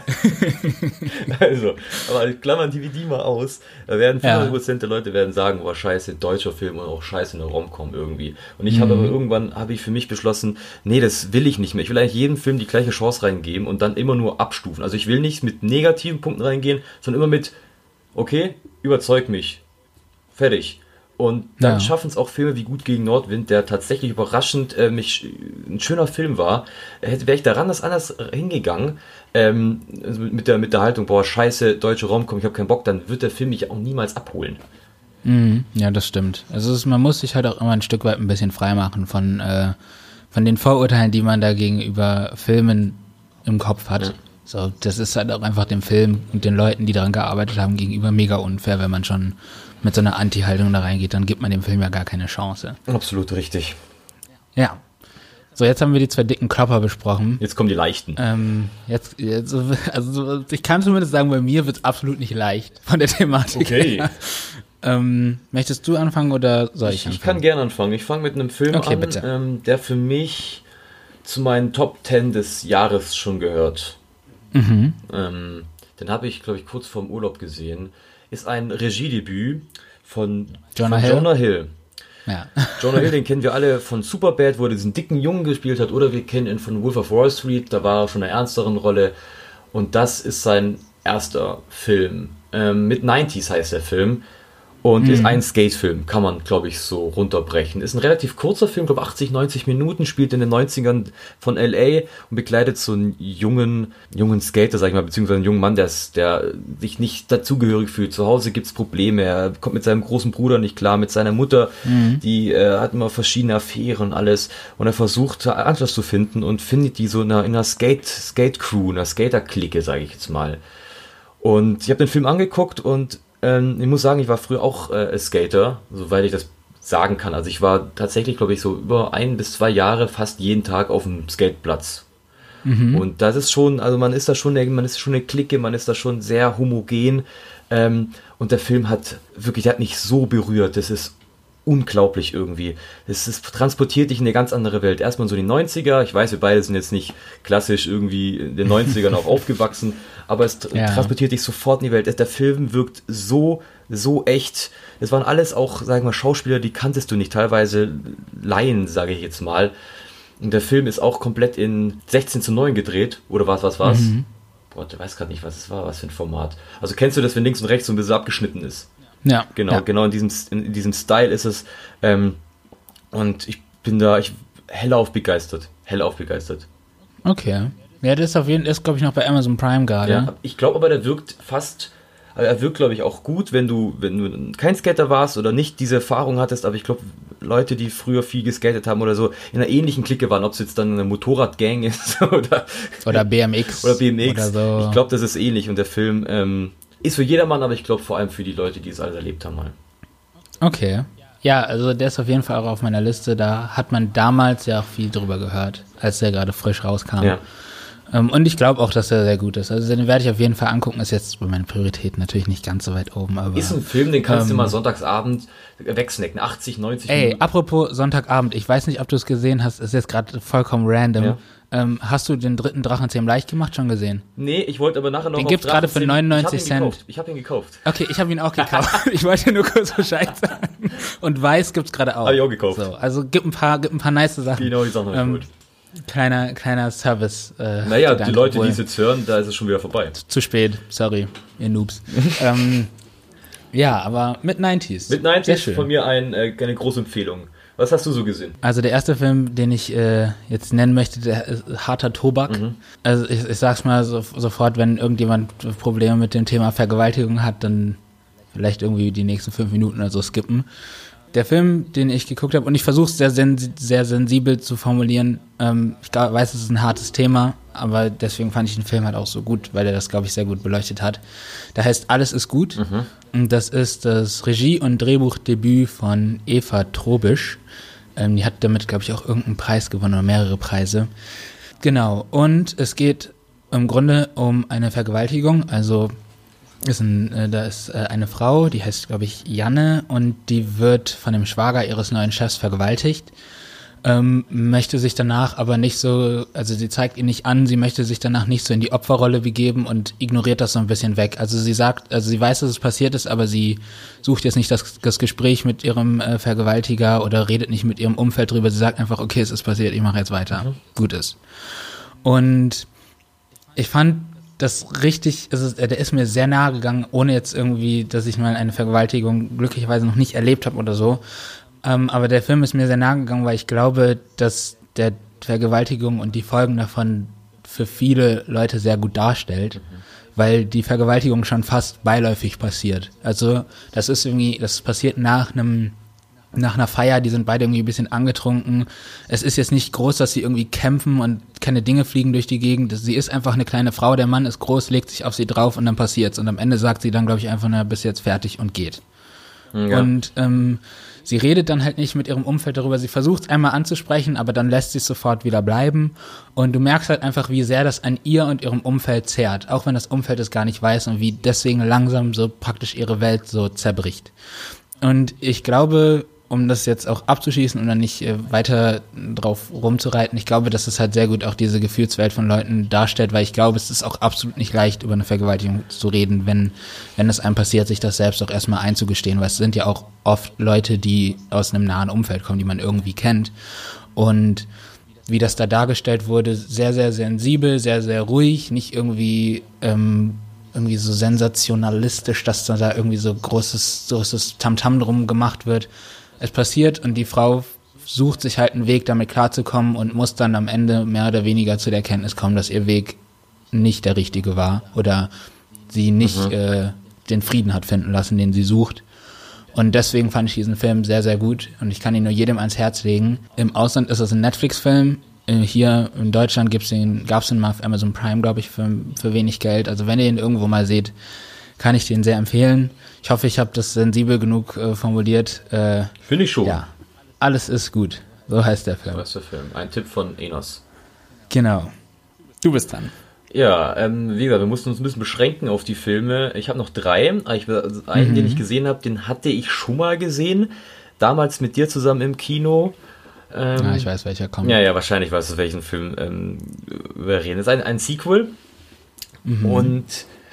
Speaker 2: Also, aber klammern die wie die mal aus, da werden fünfundneunzig Prozent ja. der Leute werden sagen, boah, scheiße, deutscher Film und auch scheiße, eine Romcom irgendwie. Und ich mhm. habe aber irgendwann, habe ich für mich beschlossen, nee, das will ich nicht mehr. Ich will eigentlich jedem Film die gleiche Chance reingeben und dann immer nur abstufen. Also ich will nicht mit negativen Punkten reingehen, sondern immer mit, okay, überzeug mich. Fertig. Und dann ja. schaffen es auch Filme wie Gut gegen Nordwind, der tatsächlich überraschend äh, mich, ein schöner Film war. Hätte wäre ich daran das anders hingegangen, ähm, mit der mit der Haltung, boah, scheiße, deutsche Romcom, ich habe keinen Bock, dann wird der Film mich auch niemals abholen.
Speaker 1: Mhm, ja, das stimmt. Also es ist, man muss sich halt auch immer ein Stück weit ein bisschen freimachen von, äh, von den Vorurteilen, die man da gegenüber Filmen im Kopf hat. Ja. So, das ist halt auch einfach dem Film und den Leuten, die daran gearbeitet haben, gegenüber mega unfair, wenn man schon mit so einer Anti-Haltung da reingeht, dann gibt man dem Film ja gar keine Chance.
Speaker 2: Absolut richtig.
Speaker 1: Ja. So, jetzt haben wir die zwei dicken Körper besprochen.
Speaker 2: Jetzt kommen die leichten.
Speaker 1: Ähm, jetzt, jetzt, also ich kann zumindest sagen, bei mir wird es absolut nicht leicht von der Thematik.
Speaker 2: Okay.
Speaker 1: Her. Ähm, möchtest du anfangen oder soll ich,
Speaker 2: ich
Speaker 1: anfangen?
Speaker 2: Ich kann gerne anfangen. Ich fange mit einem Film
Speaker 1: okay,
Speaker 2: an,
Speaker 1: bitte.
Speaker 2: Ähm, der für mich zu meinen Top Ten des Jahres schon gehört.
Speaker 1: Mhm.
Speaker 2: Ähm, den habe ich, glaube ich, kurz vorm Urlaub gesehen. Ist ein Regiedebüt von
Speaker 1: Jonah
Speaker 2: von
Speaker 1: Hill.
Speaker 2: Jonah Hill.
Speaker 1: Ja.
Speaker 2: Jonah Hill, den kennen wir alle von Superbad, wo er diesen dicken Jungen gespielt hat, oder wir kennen ihn von Wolf of Wall Street, da war er schon in einer ernsteren Rolle. Und das ist sein erster Film. Ähm, Mid-neunziger heißt der Film. Und mhm. ist ein Skate-Film, kann man, glaube ich, so runterbrechen. Ist ein relativ kurzer Film, glaube achtzig, neunzig Minuten, spielt in den neunzigern von L A und begleitet so einen jungen, jungen Skater, sag ich mal, beziehungsweise einen jungen Mann, der, der sich nicht dazugehörig fühlt. Zu Hause gibt's Probleme, er kommt mit seinem großen Bruder nicht klar, mit seiner Mutter, mhm. die äh, hat immer verschiedene Affären und alles. Und er versucht, Anschluss zu finden und findet die so in einer, in einer Skate, Skate-Crew, einer Skater-Clique, sage ich jetzt mal. Und ich habe den Film angeguckt und ich muss sagen, ich war früher auch äh, Skater, soweit ich das sagen kann. Also ich war tatsächlich, glaube ich, so über ein bis zwei Jahre fast jeden Tag auf dem Skateplatz. Mhm. Und das ist schon, also man ist da schon, eine, man ist schon eine Clique, man ist da schon sehr homogen. Ähm, und der Film hat wirklich, der hat mich so berührt. Das ist unglaublich irgendwie. Es ist, transportiert dich in eine ganz andere Welt. Erstmal so die neunziger. Ich weiß, wir beide sind jetzt nicht klassisch irgendwie in den neunzigern auch aufgewachsen, aber es ja. transportiert dich sofort in die Welt. Der Film wirkt so, so echt. Es waren alles auch, sagen wir mal, Schauspieler, die kanntest du nicht. Teilweise Laien, sage ich jetzt mal. Und der Film ist auch komplett in sechzehn zu neun gedreht. Oder was, was, was? Mhm. Boah, ich weiß gerade nicht, was es war, was für ein Format. Also kennst du das, wenn links und rechts so ein bisschen abgeschnitten ist? Ja. Genau, ja. genau in diesem, in diesem Style ist es. Ähm, und ich bin da ich hellauf begeistert. Hellauf begeistert.
Speaker 1: Okay. Ja, das ist auf jeden Fall, ist, glaube ich, noch bei Amazon Prime gerade.
Speaker 2: Ja, ich glaube aber, der wirkt fast, also er wirkt, glaube ich, auch gut, wenn du, wenn du kein Skater warst oder nicht diese Erfahrung hattest, aber ich glaube, Leute, die früher viel geskatet haben oder so, in einer ähnlichen Clique waren, ob es jetzt dann eine Motorradgang ist oder,
Speaker 1: oder B M X.
Speaker 2: Oder B M X. Oder so. Ich glaube, das ist ähnlich und der Film, ähm, ist für jedermann, aber ich glaube vor allem für die Leute, die es alles erlebt haben mal.
Speaker 1: Okay. Ja, also der ist auf jeden Fall auch auf meiner Liste. Da hat man damals ja auch viel drüber gehört, als der gerade frisch rauskam. Ja. Um, und ich glaube auch, dass er sehr gut ist. Also den werde ich auf jeden Fall angucken. Ist jetzt bei meinen Prioritäten natürlich nicht ganz so weit oben. Aber
Speaker 2: ist ein Film, den kannst ähm, du mal sonntagsabend wegsnacken. achtzig, neunzig
Speaker 1: Ey, Minuten. Apropos Sonntagabend. Ich weiß nicht, ob du es gesehen hast. Ist jetzt gerade vollkommen random. Ja. Ähm, hast du den dritten Drachenzähmen leicht gemacht schon gesehen?
Speaker 2: Nee, ich wollte aber nachher noch
Speaker 1: den gibt's gerade für neunundneunzig
Speaker 2: ich
Speaker 1: Cent.
Speaker 2: Ich habe ihn gekauft.
Speaker 1: Okay, ich habe ihn auch gekauft. Ich wollte nur kurz Bescheid sagen. Und Weiß gibt's gerade auch.
Speaker 2: Habe ich auch gekauft.
Speaker 1: So, also gibt ein paar, gibt ein paar nice Sachen.
Speaker 2: Genau, die Sachen ähm, gut.
Speaker 1: Kleiner, kleiner Service. Äh,
Speaker 2: naja, die Leute, die es jetzt hören, da ist es schon wieder vorbei.
Speaker 1: Zu spät, sorry, ihr Noobs. ähm, ja, aber mit neunziger.
Speaker 2: Mit neunzig von mir ein, äh, eine große Empfehlung. Was hast du so gesehen?
Speaker 1: Also der erste Film, den ich äh, jetzt nennen möchte, der ist Harter Tobak. Mhm. Also ich, ich sag's mal so, sofort, wenn irgendjemand Probleme mit dem Thema Vergewaltigung hat, dann vielleicht irgendwie die nächsten fünf Minuten oder so skippen. Der Film, den ich geguckt habe, und ich versuche es sehr, sen- sehr sensibel zu formulieren, ähm, ich glaub, weiß, es ist ein hartes Thema, aber deswegen fand ich den Film halt auch so gut, weil er das, glaube ich, sehr gut beleuchtet hat. Der heißt Alles ist gut. Mhm. Und das ist das Regie- und Drehbuchdebüt von Eva Trobisch. Ähm, die hat damit, glaube ich, auch irgendeinen Preis gewonnen oder mehrere Preise. Genau. Und es geht im Grunde um eine Vergewaltigung, also Ist ein, äh, da ist äh, eine Frau, die heißt, glaube ich, Janne, und die wird von dem Schwager ihres neuen Chefs vergewaltigt, ähm, möchte sich danach aber nicht so, also sie zeigt ihn nicht an, sie möchte sich danach nicht so in die Opferrolle begeben und ignoriert das so ein bisschen weg. Also sie sagt, also sie weiß, dass es passiert ist, aber sie sucht jetzt nicht das, das Gespräch mit ihrem äh, Vergewaltiger oder redet nicht mit ihrem Umfeld drüber. Sie sagt einfach, okay, es ist passiert, ich mache jetzt weiter. Mhm. Gut ist. Und ich fand das richtig, ist es, der ist mir sehr nahe gegangen, ohne jetzt irgendwie, dass ich mal eine Vergewaltigung glücklicherweise noch nicht erlebt habe oder so. Ähm, aber der Film ist mir sehr nahe gegangen, weil ich glaube, dass der Vergewaltigung und die Folgen davon für viele Leute sehr gut darstellt, mhm. weil die Vergewaltigung schon fast beiläufig passiert. Also das ist irgendwie, das passiert nach einem nach einer Feier, die sind beide irgendwie ein bisschen angetrunken. Es ist jetzt nicht groß, dass sie irgendwie kämpfen und keine Dinge fliegen durch die Gegend. Sie ist einfach eine kleine Frau, der Mann ist groß, legt sich auf sie drauf und dann passiert's. Und am Ende sagt sie dann, glaube ich, einfach, na, bis jetzt fertig und geht. Ja. Und ähm, sie redet dann halt nicht mit ihrem Umfeld darüber. Sie versucht es einmal anzusprechen, aber dann lässt sie es sofort wieder bleiben. Und du merkst halt einfach, wie sehr das an ihr und ihrem Umfeld zehrt. Auch wenn das Umfeld es gar nicht weiß und wie deswegen langsam so praktisch ihre Welt so zerbricht. Und ich glaube, um das jetzt auch abzuschließen und dann nicht äh, weiter drauf rumzureiten, ich glaube, dass es halt sehr gut auch diese Gefühlswelt von Leuten darstellt, weil ich glaube, es ist auch absolut nicht leicht, über eine Vergewaltigung zu reden, wenn wenn es einem passiert, sich das selbst auch erstmal einzugestehen, weil es sind ja auch oft Leute, die aus einem nahen Umfeld kommen, die man irgendwie kennt. Und wie das da dargestellt wurde, sehr, sehr sensibel, sehr, sehr ruhig, nicht irgendwie ähm, irgendwie so sensationalistisch, dass da irgendwie so großes, großes Tamtam drum gemacht wird. Es passiert und die Frau sucht sich halt einen Weg, damit klarzukommen und muss dann am Ende mehr oder weniger zu der Erkenntnis kommen, dass ihr Weg nicht der richtige war oder sie nicht mhm. äh, den Frieden hat finden lassen, den sie sucht. Und deswegen fand ich diesen Film sehr, sehr gut und ich kann ihn nur jedem ans Herz legen. Im Ausland ist es ein Netflix-Film. Hier in Deutschland gibt's den, gab's den mal auf Amazon Prime, glaube ich, für, für wenig Geld. Also wenn ihr ihn irgendwo mal seht, kann ich den sehr empfehlen. Ich hoffe, ich habe das sensibel genug äh, formuliert. Äh,
Speaker 2: Finde ich schon.
Speaker 1: Ja, alles ist gut. So heißt der Film.
Speaker 2: So heißt der Film. Ein Tipp von Enos.
Speaker 1: Genau. Du bist dran.
Speaker 2: Ja, ähm, wie gesagt, wir mussten uns ein bisschen beschränken auf die Filme. Ich habe noch drei. Ich, also einen, mhm. den ich gesehen habe, den hatte ich schon mal gesehen. Damals mit dir zusammen im Kino. Ähm,
Speaker 1: ja, ich weiß, welcher kommt.
Speaker 2: Ja, ja, wahrscheinlich weißt du, welchen Film ähm, wir reden. Das ist ein, ein Sequel. Mhm. Und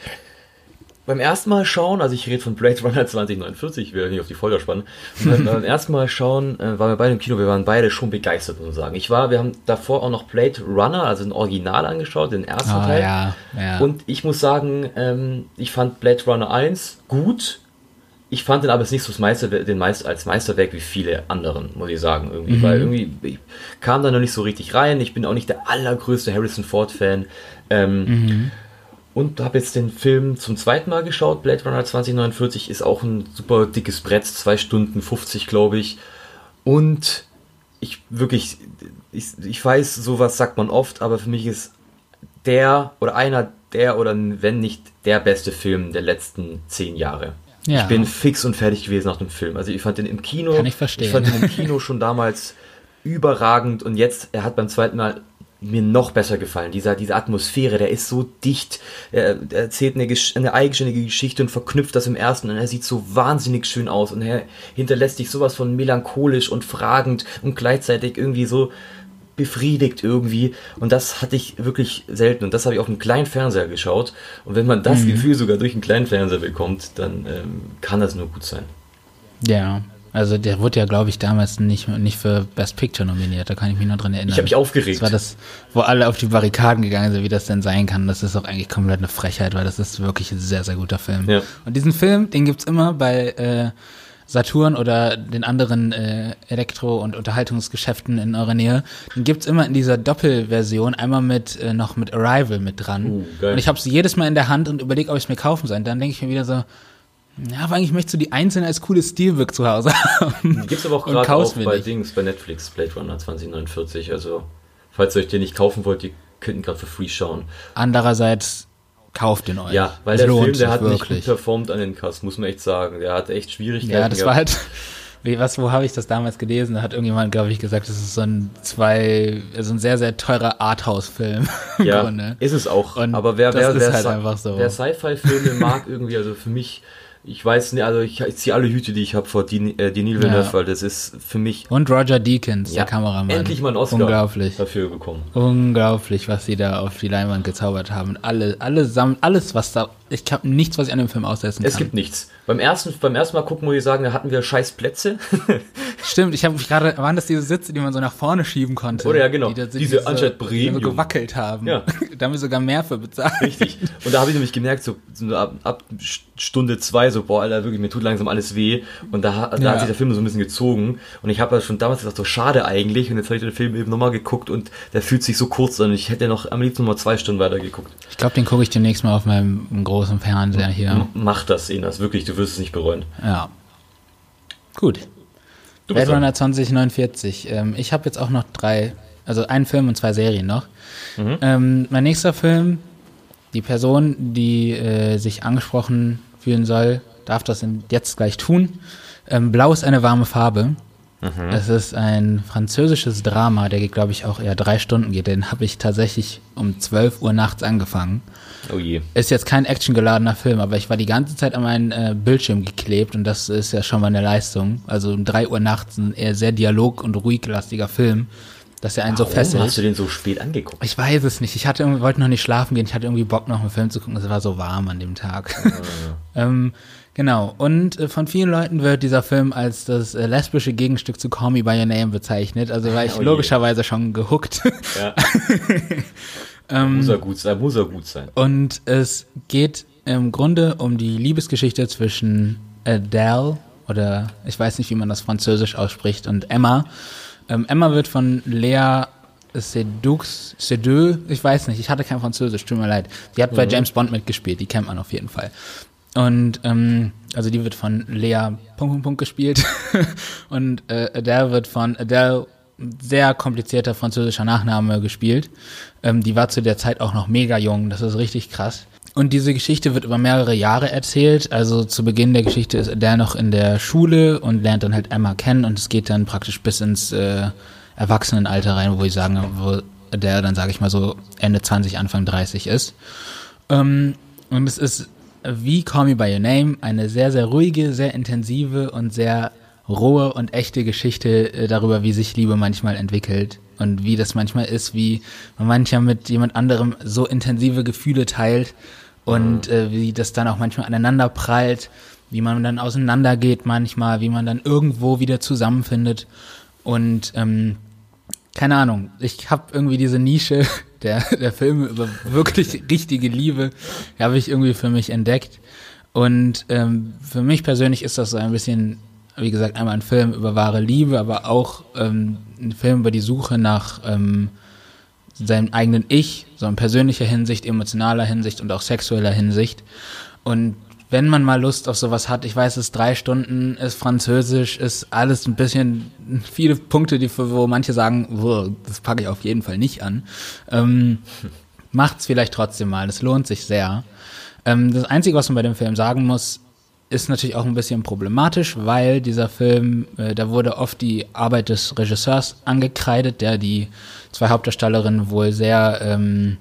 Speaker 2: beim ersten Mal schauen, also ich rede von Blade Runner zwanzig neunundvierzig, ich will nicht auf die Folter spannen. beim, beim ersten Mal schauen, äh, waren wir beide im Kino, wir waren beide schon begeistert, muss man sagen. Ich war, wir haben davor auch noch Blade Runner, also ein Original angeschaut, den ersten oh, Teil.
Speaker 1: Ja, ja.
Speaker 2: Und ich muss sagen, ähm, ich fand Blade Runner eins gut. Ich fand den aber nicht so das Meister, den Meister, als Meisterwerk wie viele anderen, muss ich sagen, irgendwie, mhm. weil irgendwie ich kam da noch nicht so richtig rein. Ich bin auch nicht der allergrößte Harrison Ford Fan. Ähm, mhm. Und habe jetzt den Film zum zweiten Mal geschaut. Blade Runner zwanzig neunundvierzig ist auch ein super dickes Brett, zwei Stunden fünfzig, glaube ich. Und ich wirklich, ich, ich weiß, sowas sagt man oft, aber für mich ist der oder einer der oder wenn nicht der beste Film der letzten zehn Jahre. Ja. Ich bin fix und fertig gewesen nach dem Film. Also ich fand den im Kino,
Speaker 1: Kann ich verstehen.
Speaker 2: ich fand den im Kino schon damals überragend und jetzt, er hat beim zweiten Mal mir noch besser gefallen. Dieser, diese Atmosphäre, der ist so dicht, er, er erzählt eine, eine eigenständige Geschichte und verknüpft das im ersten und er sieht so wahnsinnig schön aus und er hinterlässt dich sowas von melancholisch und fragend und gleichzeitig irgendwie so befriedigt irgendwie und das hatte ich wirklich selten und das habe ich auf einem kleinen Fernseher geschaut und wenn man das mhm. Gefühl sogar durch einen kleinen Fernseher bekommt, dann ähm, kann das nur gut sein.
Speaker 1: Ja, also der wurde ja, glaube ich, damals nicht, nicht für Best Picture nominiert, da kann ich mich noch dran erinnern.
Speaker 2: Ich habe mich aufgeregt.
Speaker 1: Das war das, wo alle auf die Barrikaden gegangen sind, wie das denn sein kann. Das ist auch eigentlich komplett eine Frechheit, weil das ist wirklich ein sehr, sehr guter Film. Ja. Und diesen Film, den gibt's immer bei äh, Saturn oder den anderen äh, Elektro- und Unterhaltungsgeschäften in eurer Nähe, den gibt's immer in dieser Doppelversion, einmal mit äh, noch mit Arrival mit dran. Uh, geil. Und ich habe sie jedes Mal in der Hand und überlege, ob ich es mir kaufen soll. Und dann denke ich mir wieder so, ja, aber eigentlich möchtest du die einzeln als cooles Steelbook zu Hause haben.
Speaker 2: Die gibt's aber auch gerade auch bei Dings, bei Netflix, Blade Runner zwanzig neunundvierzig. Also, falls ihr euch den nicht kaufen wollt, die könnten gerade für free schauen.
Speaker 1: Andererseits kauft den euch.
Speaker 2: Ja, weil der Film, der hat wirklich nicht gut performt an den Cast, muss man echt sagen. Der hat echt Schwierigkeiten
Speaker 1: Ja, das gehabt. War halt, wie, was, wo habe ich das damals gelesen? Da hat irgendjemand, glaube ich, gesagt, das ist so ein zwei, also ein sehr, sehr teurer Arthouse-Film.
Speaker 2: Ja, Grunde. Ist es auch. Und aber wer, wer, wer,
Speaker 1: halt einfach so.
Speaker 2: wer Sci-Fi-Filme mag irgendwie, also für mich, ich weiß nicht, also ich, ich ziehe alle Hüte, die ich habe vor Denis äh, Villeneuve, ja. weil das ist für mich...
Speaker 1: Und Roger Deakins, ja, der Kameramann.
Speaker 2: Endlich mal einen Oscar
Speaker 1: Unglaublich.
Speaker 2: dafür bekommen.
Speaker 1: Unglaublich, was sie da auf die Leinwand gezaubert haben. Alle, alle alles, was da... Ich habe nichts, was ich an dem Film aussetzen kann.
Speaker 2: Es gibt nichts. Beim ersten, beim ersten Mal gucken, muss ich sagen, da hatten wir scheiß Plätze.
Speaker 1: Stimmt, ich habe mich gerade... Waren das diese Sitze, die man so nach vorne schieben konnte?
Speaker 2: Oder ja, genau.
Speaker 1: Die,
Speaker 2: diese diese anstatt Premium.
Speaker 1: Die so gewackelt haben.
Speaker 2: Ja.
Speaker 1: Da haben wir sogar mehr für bezahlt.
Speaker 2: Richtig. Und da habe ich nämlich gemerkt, so, so ab, ab Stunde zwei, so, boah, Alter, wirklich, mir tut langsam alles weh. Und da, da ja. hat sich der Film so ein bisschen gezogen. Und ich habe schon damals gesagt, so schade eigentlich. Und jetzt habe ich den Film eben nochmal geguckt und der fühlt sich so kurz an. Ich hätte noch am liebsten noch mal zwei Stunden weiter geguckt.
Speaker 1: Ich glaube, den gucke ich demnächst mal auf meinem großen Fernseher hier.
Speaker 2: M- mach das, Enas, wirklich, du wirst es nicht bereuen.
Speaker 1: Ja. Gut. Blade Runner zwanzig neunundvierzig. Ähm, ich habe jetzt auch noch drei, also einen Film und zwei Serien noch. Mhm. Ähm, mein nächster Film, die Person, die äh, sich angesprochen fühlen soll, darf das jetzt gleich tun. Ähm, Blau ist eine warme Farbe. Mhm. Das ist ein französisches Drama, der geht, glaube ich, auch eher drei Stunden geht. Den habe ich tatsächlich um zwölf Uhr nachts angefangen.
Speaker 2: Oh je.
Speaker 1: Ist jetzt kein actiongeladener Film, aber ich war die ganze Zeit an meinen äh, Bildschirm geklebt und das ist ja schon mal eine Leistung. Also um drei Uhr nachts ein eher sehr dialog- und ruhiglastiger Film, dass er einen
Speaker 2: Warum
Speaker 1: so fesselt.
Speaker 2: Hast du den so spät angeguckt?
Speaker 1: Ich weiß es nicht. Ich hatte irgendwie, wollte noch nicht schlafen gehen. Ich hatte irgendwie Bock, noch einen Film zu gucken. Es war so warm an dem Tag. Ah. ähm, genau. Und äh, von vielen Leuten wird dieser Film als das äh, lesbische Gegenstück zu Call Me By Your Name bezeichnet. Also war ich oh logischerweise schon gehuckt.
Speaker 2: Ja. ähm, muss er gut sein, muss er gut sein.
Speaker 1: Und es geht im Grunde um die Liebesgeschichte zwischen Adele, oder ich weiß nicht, wie man das französisch ausspricht, und Emma. Ähm, Emma wird von Lea Seydoux, Seydoux, ich weiß nicht, ich hatte kein Französisch, tut mir leid. Die hat mhm. bei James Bond mitgespielt, die kennt man auf jeden Fall. Und ähm, also die wird von Lea Punkt, Punkt, Punkt gespielt und äh, Adele wird von Adele, sehr komplizierter französischer Nachname, gespielt. Ähm, die war zu der Zeit auch noch mega jung, das ist richtig krass. Und diese Geschichte wird über mehrere Jahre erzählt. Also zu Beginn der Geschichte ist Adele noch in der Schule und lernt dann halt Emma kennen und es geht dann praktisch bis ins äh, Erwachsenenalter rein, wo ich sagen, wo Adele dann, sage ich mal so, Ende zwanzig, Anfang dreißig ist. Ähm, und es ist wie Call Me By Your Name eine sehr, sehr ruhige, sehr intensive und sehr rohe und echte Geschichte äh, darüber, wie sich Liebe manchmal entwickelt und wie das manchmal ist, wie man manchmal mit jemand anderem so intensive Gefühle teilt und äh, wie das dann auch manchmal aneinander prallt, wie man dann auseinandergeht manchmal, wie man dann irgendwo wieder zusammenfindet und ähm, keine Ahnung, ich habe irgendwie diese Nische der, der Filme über wirklich richtige Liebe, habe ich irgendwie für mich entdeckt und ähm, für mich persönlich ist das so ein bisschen, wie gesagt, einmal ein Film über wahre Liebe, aber auch ähm, ein Film über die Suche nach ähm, seinem eigenen Ich, so in persönlicher Hinsicht, emotionaler Hinsicht und auch sexueller Hinsicht. Und wenn man mal Lust auf sowas hat, ich weiß, es ist drei Stunden, ist Französisch, ist alles ein bisschen, viele Punkte, die für, wo manche sagen, wow, das packe ich auf jeden Fall nicht an. Ähm, macht's vielleicht trotzdem mal, das lohnt sich sehr. Ähm, das Einzige, was man bei dem Film sagen muss, ist natürlich auch ein bisschen problematisch, weil dieser Film, äh, da wurde oft die Arbeit des Regisseurs angekreidet, der die zwei Hauptdarstellerinnen wohl sehr, ähm,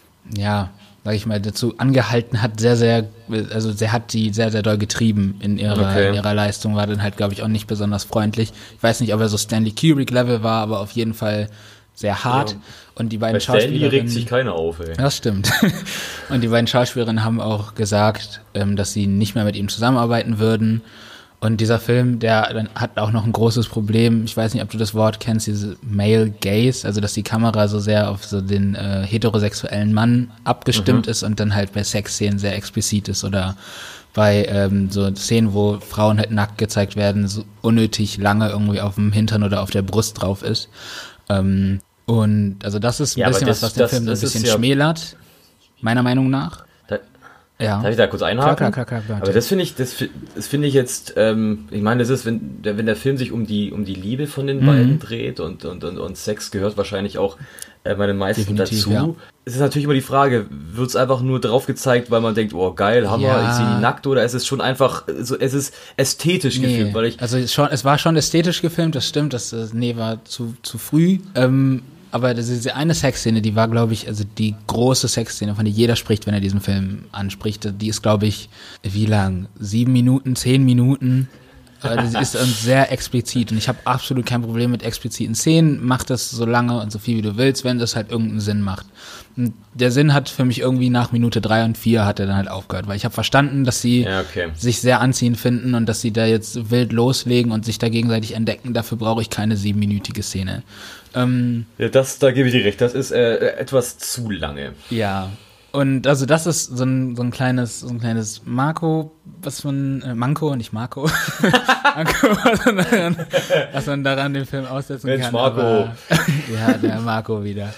Speaker 1: ja, sag ich mal, dazu angehalten hat, sehr, sehr, also sie hat die sehr, sehr doll getrieben in ihrer, okay. in ihrer Leistung, war dann halt, glaube ich, auch nicht besonders freundlich. Ich weiß nicht, ob er so Stanley Kubrick-Level war, aber auf jeden Fall sehr hart. Ja. Und die beiden
Speaker 2: Bei
Speaker 1: Schauspielerinnen...
Speaker 2: Stanley regt sich keiner auf, ey.
Speaker 1: Das stimmt. Und die beiden Schauspielerinnen haben auch gesagt, ähm, dass sie nicht mehr mit ihm zusammenarbeiten würden. Und dieser Film, der dann hat auch noch ein großes Problem, ich weiß nicht, ob du das Wort kennst, diese Male Gaze, also dass die Kamera so sehr auf so den äh, heterosexuellen Mann abgestimmt mhm. ist und dann halt bei Sexszenen sehr explizit ist oder bei ähm, so Szenen, wo Frauen halt nackt gezeigt werden, so unnötig lange irgendwie auf dem Hintern oder auf der Brust drauf ist. Ähm, und also das ist ein ja, bisschen das, was, was den das, Film so ein bisschen ja schmälert, meiner Meinung nach.
Speaker 2: Da, ja. Darf ich da kurz einhaken?
Speaker 1: Klar, klar, klar, klar,
Speaker 2: Aber das finde ich, das, das finde ich jetzt, ähm, ich meine, das ist, wenn der, wenn der Film sich um die, um die Liebe von den mhm. beiden dreht und, und, und, und Sex gehört wahrscheinlich auch äh, bei den meisten Definitiv, dazu. Ja. Es ist natürlich immer die Frage, wird es einfach nur drauf gezeigt, weil man denkt, oh geil, Hammer, ja. ich sehe die nackt, oder ist es schon einfach, so, es ist ästhetisch nee. gefilmt, weil ich...
Speaker 1: Also schon, es war schon ästhetisch gefilmt, das stimmt, das, nee, war zu, zu früh, ähm, aber diese eine Sexszene, die war, glaube ich, also die große Sexszene, von der jeder spricht, wenn er diesen Film anspricht, die ist, glaube ich, wie lang? Sieben Minuten, zehn Minuten? Also sie ist dann sehr explizit und ich habe absolut kein Problem mit expliziten Szenen. Mach das so lange und so viel wie du willst, wenn das halt irgendeinen Sinn macht. Und der Sinn hat für mich irgendwie nach Minute drei und vier hat er dann halt aufgehört, weil ich habe verstanden, dass sie
Speaker 2: ja, okay.
Speaker 1: sich sehr anziehend finden und dass sie da jetzt wild loslegen und sich da gegenseitig entdecken. Dafür brauche ich keine siebenminütige Szene. Ähm,
Speaker 2: ja, das, da gebe ich dir recht. Das ist äh, etwas zu lange.
Speaker 1: Ja. Und also das ist so ein, so ein kleines, so ein kleines Marco, was man, äh, Manko, nicht Marco, Manko, was man, daran, was man daran den Film aussetzen
Speaker 2: Mensch,
Speaker 1: kann.
Speaker 2: Marco.
Speaker 1: Aber, ja, der Marco wieder.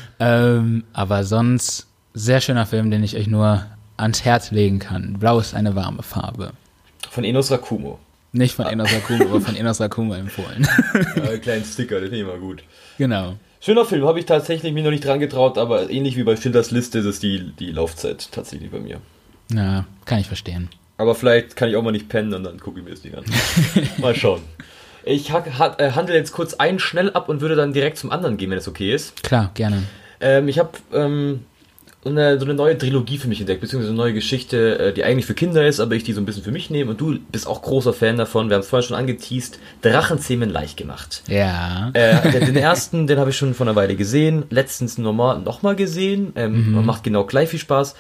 Speaker 1: Ähm, aber sonst, sehr schöner Film, den ich euch nur ans Herz legen kann. Blau ist eine warme Farbe.
Speaker 2: Von Enos Rakumo.
Speaker 1: Nicht von Enos Rakumo, aber von Enos Rakumo empfohlen.
Speaker 2: Ja, einen kleinen Sticker, den finde ich immer gut.
Speaker 1: Genau.
Speaker 2: Schöner Film, habe ich tatsächlich mir noch nicht dran getraut, aber ähnlich wie bei Schindlers Liste ist es die, die Laufzeit tatsächlich bei mir.
Speaker 1: Ja, kann ich verstehen.
Speaker 2: Aber vielleicht kann ich auch mal nicht pennen und dann gucke ich mir das Ding an. Mal schauen. Ich ha- ha- äh, handle jetzt kurz einen schnell ab und würde dann direkt zum anderen gehen, wenn das okay ist.
Speaker 1: Klar, gerne.
Speaker 2: Ähm, ich habe ähm, eine, so eine neue Trilogie für mich entdeckt, beziehungsweise eine neue Geschichte, äh, die eigentlich für Kinder ist, aber ich die so ein bisschen für mich nehme. Und du bist auch großer Fan davon. Wir haben es vorhin schon angeteased. Drachenzähmen leicht gemacht.
Speaker 1: Ja.
Speaker 2: Äh, den ersten, den habe ich schon vor einer Weile gesehen. Letztens nochmal noch mal gesehen. Ähm, mhm. Macht genau gleich viel Spaß.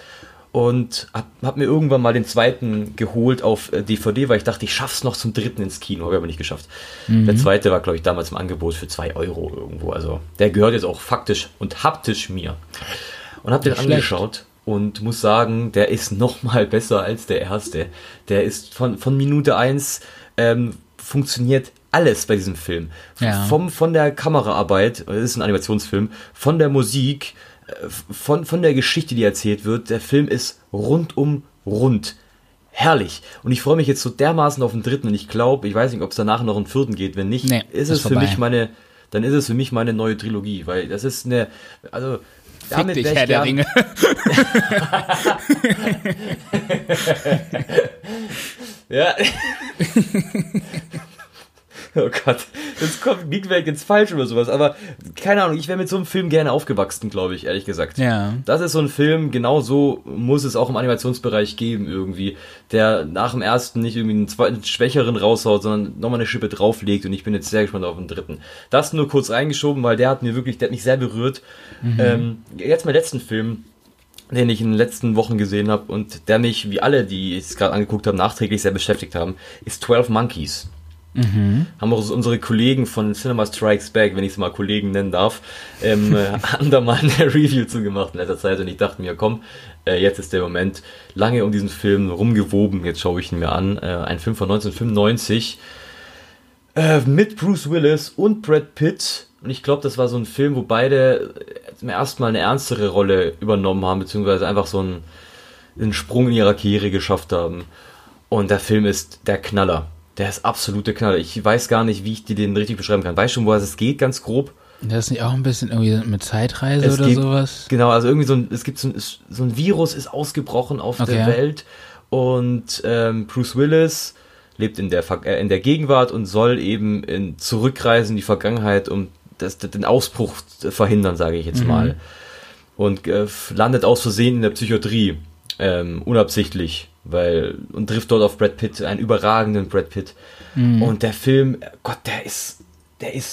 Speaker 2: Und hab, hab mir irgendwann mal den zweiten geholt auf äh, D V D, weil ich dachte, ich schaff's noch zum dritten ins Kino. Habe ich aber nicht geschafft. Mhm. Der zweite war, glaube ich, damals im Angebot für zwei Euro irgendwo. Also der gehört jetzt auch faktisch und haptisch mir. Und hab den
Speaker 1: Schlecht.
Speaker 2: angeschaut. und muss sagen, der ist noch mal besser als der erste. Der ist von, von Minute eins ähm, funktioniert alles bei diesem Film.
Speaker 1: Ja.
Speaker 2: Vom, von der Kameraarbeit, es ist ein Animationsfilm, von der Musik, von, von der Geschichte, die erzählt wird. Der Film ist rundum rund. Herrlich. Und ich freue mich jetzt so dermaßen auf den dritten und ich glaube, ich weiß nicht, ob es danach noch einen vierten geht. Wenn nicht,
Speaker 1: nee,
Speaker 2: ist es für mich meine, dann ist es für mich meine neue Trilogie, weil das ist eine, also
Speaker 1: Fick damit dich, Herr der Ringe.
Speaker 2: Ja. Oh Gott, das kommt nicht weg ins Falsche oder sowas, aber keine Ahnung, ich wäre mit so einem Film gerne aufgewachsen, glaube ich, ehrlich gesagt.
Speaker 1: Ja.
Speaker 2: Das ist so ein Film, genau so muss es auch im Animationsbereich geben irgendwie, der nach dem ersten nicht irgendwie einen zweiten Schwächeren raushaut, sondern nochmal eine Schippe drauflegt und ich bin jetzt sehr gespannt auf den dritten. Das nur kurz eingeschoben, weil der hat mir wirklich, der hat mich sehr berührt. Mhm. Ähm, jetzt mein letzten Film, den ich in den letzten Wochen gesehen habe und der mich, wie alle, die ich es gerade angeguckt habe, nachträglich sehr beschäftigt haben, ist zwölf Monkeys. Mhm. Haben auch unsere Kollegen von Cinema Strikes Back, wenn ich es mal Kollegen nennen darf, ähm, haben da mal eine Review zu gemacht in letzter Zeit und ich dachte mir, komm, äh, jetzt ist der Moment, lange um diesen Film rumgewoben, jetzt schaue ich ihn mir an, äh, ein Film von neunzehnhundertfünfundneunzig äh, mit Bruce Willis und Brad Pitt und ich glaube, das war so ein Film, wo beide zum ersten Mal eine ernstere Rolle übernommen haben, beziehungsweise einfach so einen, einen Sprung in ihrer Karriere geschafft haben und der Film ist der Knaller. Der ist absolute Knaller. Ich weiß gar nicht, wie ich dir den richtig beschreiben kann. Weißt du schon, wo es geht, ganz grob?
Speaker 1: Das ist nicht auch ein bisschen irgendwie mit Zeitreise
Speaker 2: es
Speaker 1: oder
Speaker 2: geht,
Speaker 1: sowas?
Speaker 2: Genau, also irgendwie so ein, es gibt so ein, so ein Virus ist ausgebrochen auf okay. der Welt und ähm, Bruce Willis lebt in der, äh, in der Gegenwart und soll eben in, zurückreisen in die Vergangenheit, um das, den Ausbruch zu verhindern, sage ich jetzt mhm. mal. Und äh, landet aus Versehen in der Psychiatrie, ähm, unabsichtlich. Weil, und trifft dort auf Brad Pitt, einen überragenden Brad Pitt. Mhm. Und der Film, Gott, der ist, der ist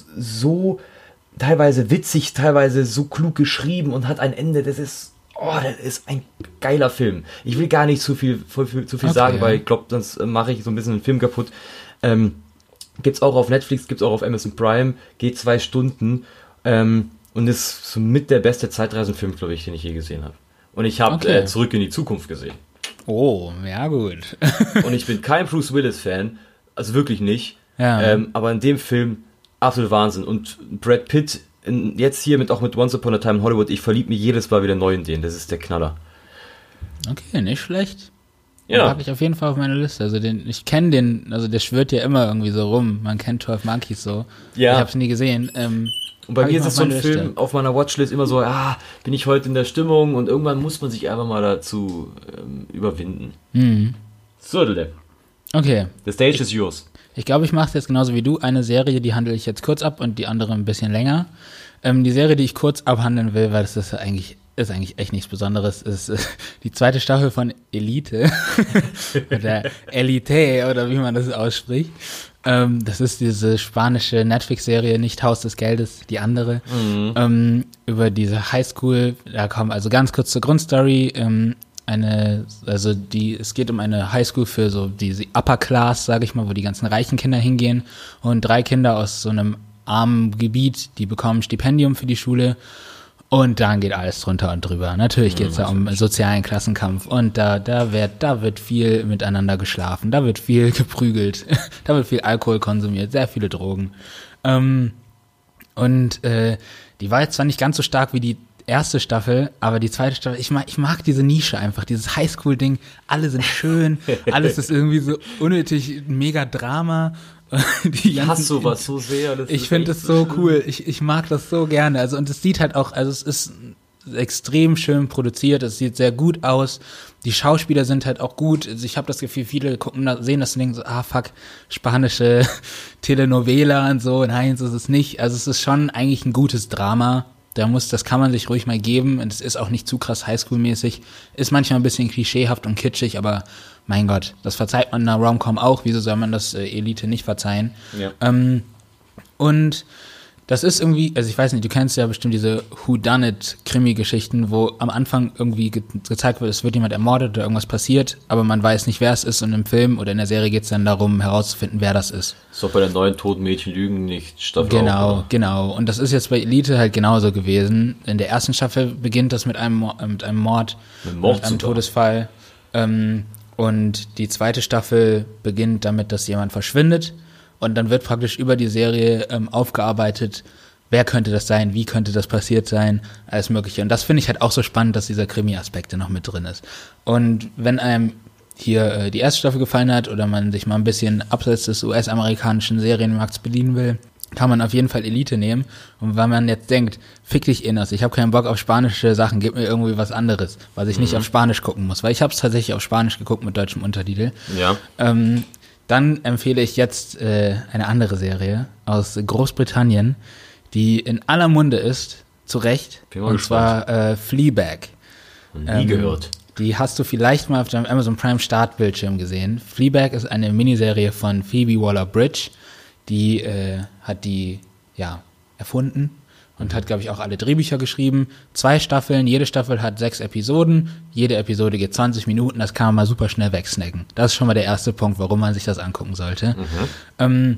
Speaker 2: so teilweise witzig, teilweise so klug geschrieben und hat ein Ende, das ist, oh, das ist ein geiler Film. Ich will gar nicht zu viel, zu viel, zu viel okay, sagen, ja. weil ich glaube, sonst mache ich so ein bisschen den Film kaputt. Ähm, gibt's auch auf Netflix, gibt's auch auf Amazon Prime, geht zwei Stunden, ähm, und ist somit der beste Zeitreisenfilm, glaube ich, den ich je gesehen habe. Und ich habe okay. äh, Zurück in die Zukunft gesehen.
Speaker 1: Oh, ja gut.
Speaker 2: Und ich bin kein Bruce Willis-Fan, also wirklich nicht.
Speaker 1: Ja.
Speaker 2: Ähm, aber in dem Film absolut Wahnsinn. Und Brad Pitt, in, jetzt hier mit auch mit Once Upon a Time in Hollywood, ich verliebe mich jedes Mal wieder neu in den. Das ist der Knaller.
Speaker 1: Okay, nicht schlecht.
Speaker 2: Ja.
Speaker 1: Habe ich auf jeden Fall auf meiner Liste. Also den, ich kenne den, also der schwirrt ja immer irgendwie so rum. Man kennt zwölf Monkeys so.
Speaker 2: Ja.
Speaker 1: Ich habe es nie gesehen. Ähm,
Speaker 2: Und bei mir ist es so ein Film Liste. Auf meiner Watchlist immer so, ah, bin ich heute in der Stimmung und irgendwann muss man sich einfach mal dazu ähm, überwinden.
Speaker 1: Mhm.
Speaker 2: So, Dille.
Speaker 1: Okay.
Speaker 2: The stage
Speaker 1: ich,
Speaker 2: is yours.
Speaker 1: Ich glaube, ich mache es jetzt genauso wie du. Eine Serie, die handle ich jetzt kurz ab und die andere ein bisschen länger. Ähm, die Serie, die ich kurz abhandeln will, weil das ist eigentlich, ist eigentlich echt nichts Besonderes, ist äh, die zweite Staffel von Elite. Oder Elite, oder wie man das ausspricht. Ähm, das ist diese spanische Netflix-Serie, nicht Haus des Geldes, die andere, mhm. ähm, über diese Highschool. Da kommen also ganz kurz zur Grundstory, ähm, eine, also die, es geht um eine Highschool für so diese Upper Class, sage ich mal, wo die ganzen reichen Kinder hingehen und drei Kinder aus so einem armen Gebiet, die bekommen ein Stipendium für die Schule. Und dann geht alles drunter und drüber. Natürlich geht es ja um sozialen Klassenkampf und da, da wird, da wird viel miteinander geschlafen, da wird viel geprügelt, da wird viel Alkohol konsumiert, sehr viele Drogen. Ähm, und äh, die war jetzt zwar nicht ganz so stark wie die erste Staffel, aber die zweite Staffel, ich mag, ich mag diese Nische einfach, dieses Highschool-Ding, alle sind schön, alles ist irgendwie so unnötig, mega Drama.
Speaker 2: Die ich hasse sowas so sehr.
Speaker 1: Das ich finde es so schlimm. Cool. Ich, ich mag das so gerne. Also, und es sieht halt auch, also es ist extrem schön produziert, es sieht sehr gut aus. Die Schauspieler sind halt auch gut. Also ich habe das Gefühl, viele gucken, sehen das und denken so, ah fuck, spanische Telenovela und so. Nein, so ist es nicht. Also es ist schon eigentlich ein gutes Drama. Da muss, das kann man sich ruhig mal geben. Und es ist auch nicht zu krass Highschool-mäßig. Ist manchmal ein bisschen klischeehaft und kitschig, aber mein Gott, das verzeiht man in einer Rom-Com auch. Wieso soll man das äh, Elite nicht verzeihen?
Speaker 2: Ja.
Speaker 1: Ähm, und Das ist irgendwie, also ich weiß nicht, du kennst ja bestimmt diese Whodunit-Krimi-Geschichten, wo am Anfang irgendwie ge- gezeigt wird, es wird jemand ermordet oder irgendwas passiert, aber man weiß nicht, wer es ist, und im Film oder in der Serie geht es dann darum, herauszufinden, wer das ist.
Speaker 2: So bei der neuen Toten Mädchen lügen nicht Staffel.
Speaker 1: Genau,
Speaker 2: auch,
Speaker 1: genau. Und das ist jetzt bei Elite halt genauso gewesen. In der ersten Staffel beginnt das mit einem, Mo- äh, mit einem Mord,
Speaker 2: mit, Mord
Speaker 1: mit einem Todesfall. Ähm, und die zweite Staffel beginnt damit, dass jemand verschwindet. Und dann wird praktisch über die Serie ähm, aufgearbeitet, wer könnte das sein, wie könnte das passiert sein, alles Mögliche. Und das finde ich halt auch so spannend, dass dieser Krimi-Aspekt noch mit drin ist. Und wenn einem hier äh, die erste Staffel gefallen hat oder man sich mal ein bisschen abseits des U S-amerikanischen Serienmarkts bedienen will, kann man auf jeden Fall Elite nehmen. Und wenn man jetzt denkt, fick dich Innes, ich habe keinen Bock auf spanische Sachen, gib mir irgendwie was anderes, was ich mhm. nicht auf Spanisch gucken muss. Weil ich habe es tatsächlich auf Spanisch geguckt mit deutschem Untertitel.
Speaker 2: Ja.
Speaker 1: Ähm, Dann empfehle ich jetzt äh, eine andere Serie aus Großbritannien, die in aller Munde ist, zu Recht, und zwar äh, Fleabag.
Speaker 2: Nie ähm, gehört.
Speaker 1: Die hast du vielleicht mal auf deinem Amazon Prime Startbildschirm gesehen. Fleabag ist eine Miniserie von Phoebe Waller-Bridge, die äh, hat die ja erfunden und hat, glaube ich, auch alle Drehbücher geschrieben. Zwei Staffeln, jede Staffel hat sechs Episoden, jede Episode geht zwanzig Minuten, das kann man mal super schnell wegsnacken. Das ist schon mal der erste Punkt, warum man sich das angucken sollte. Mhm. Ähm,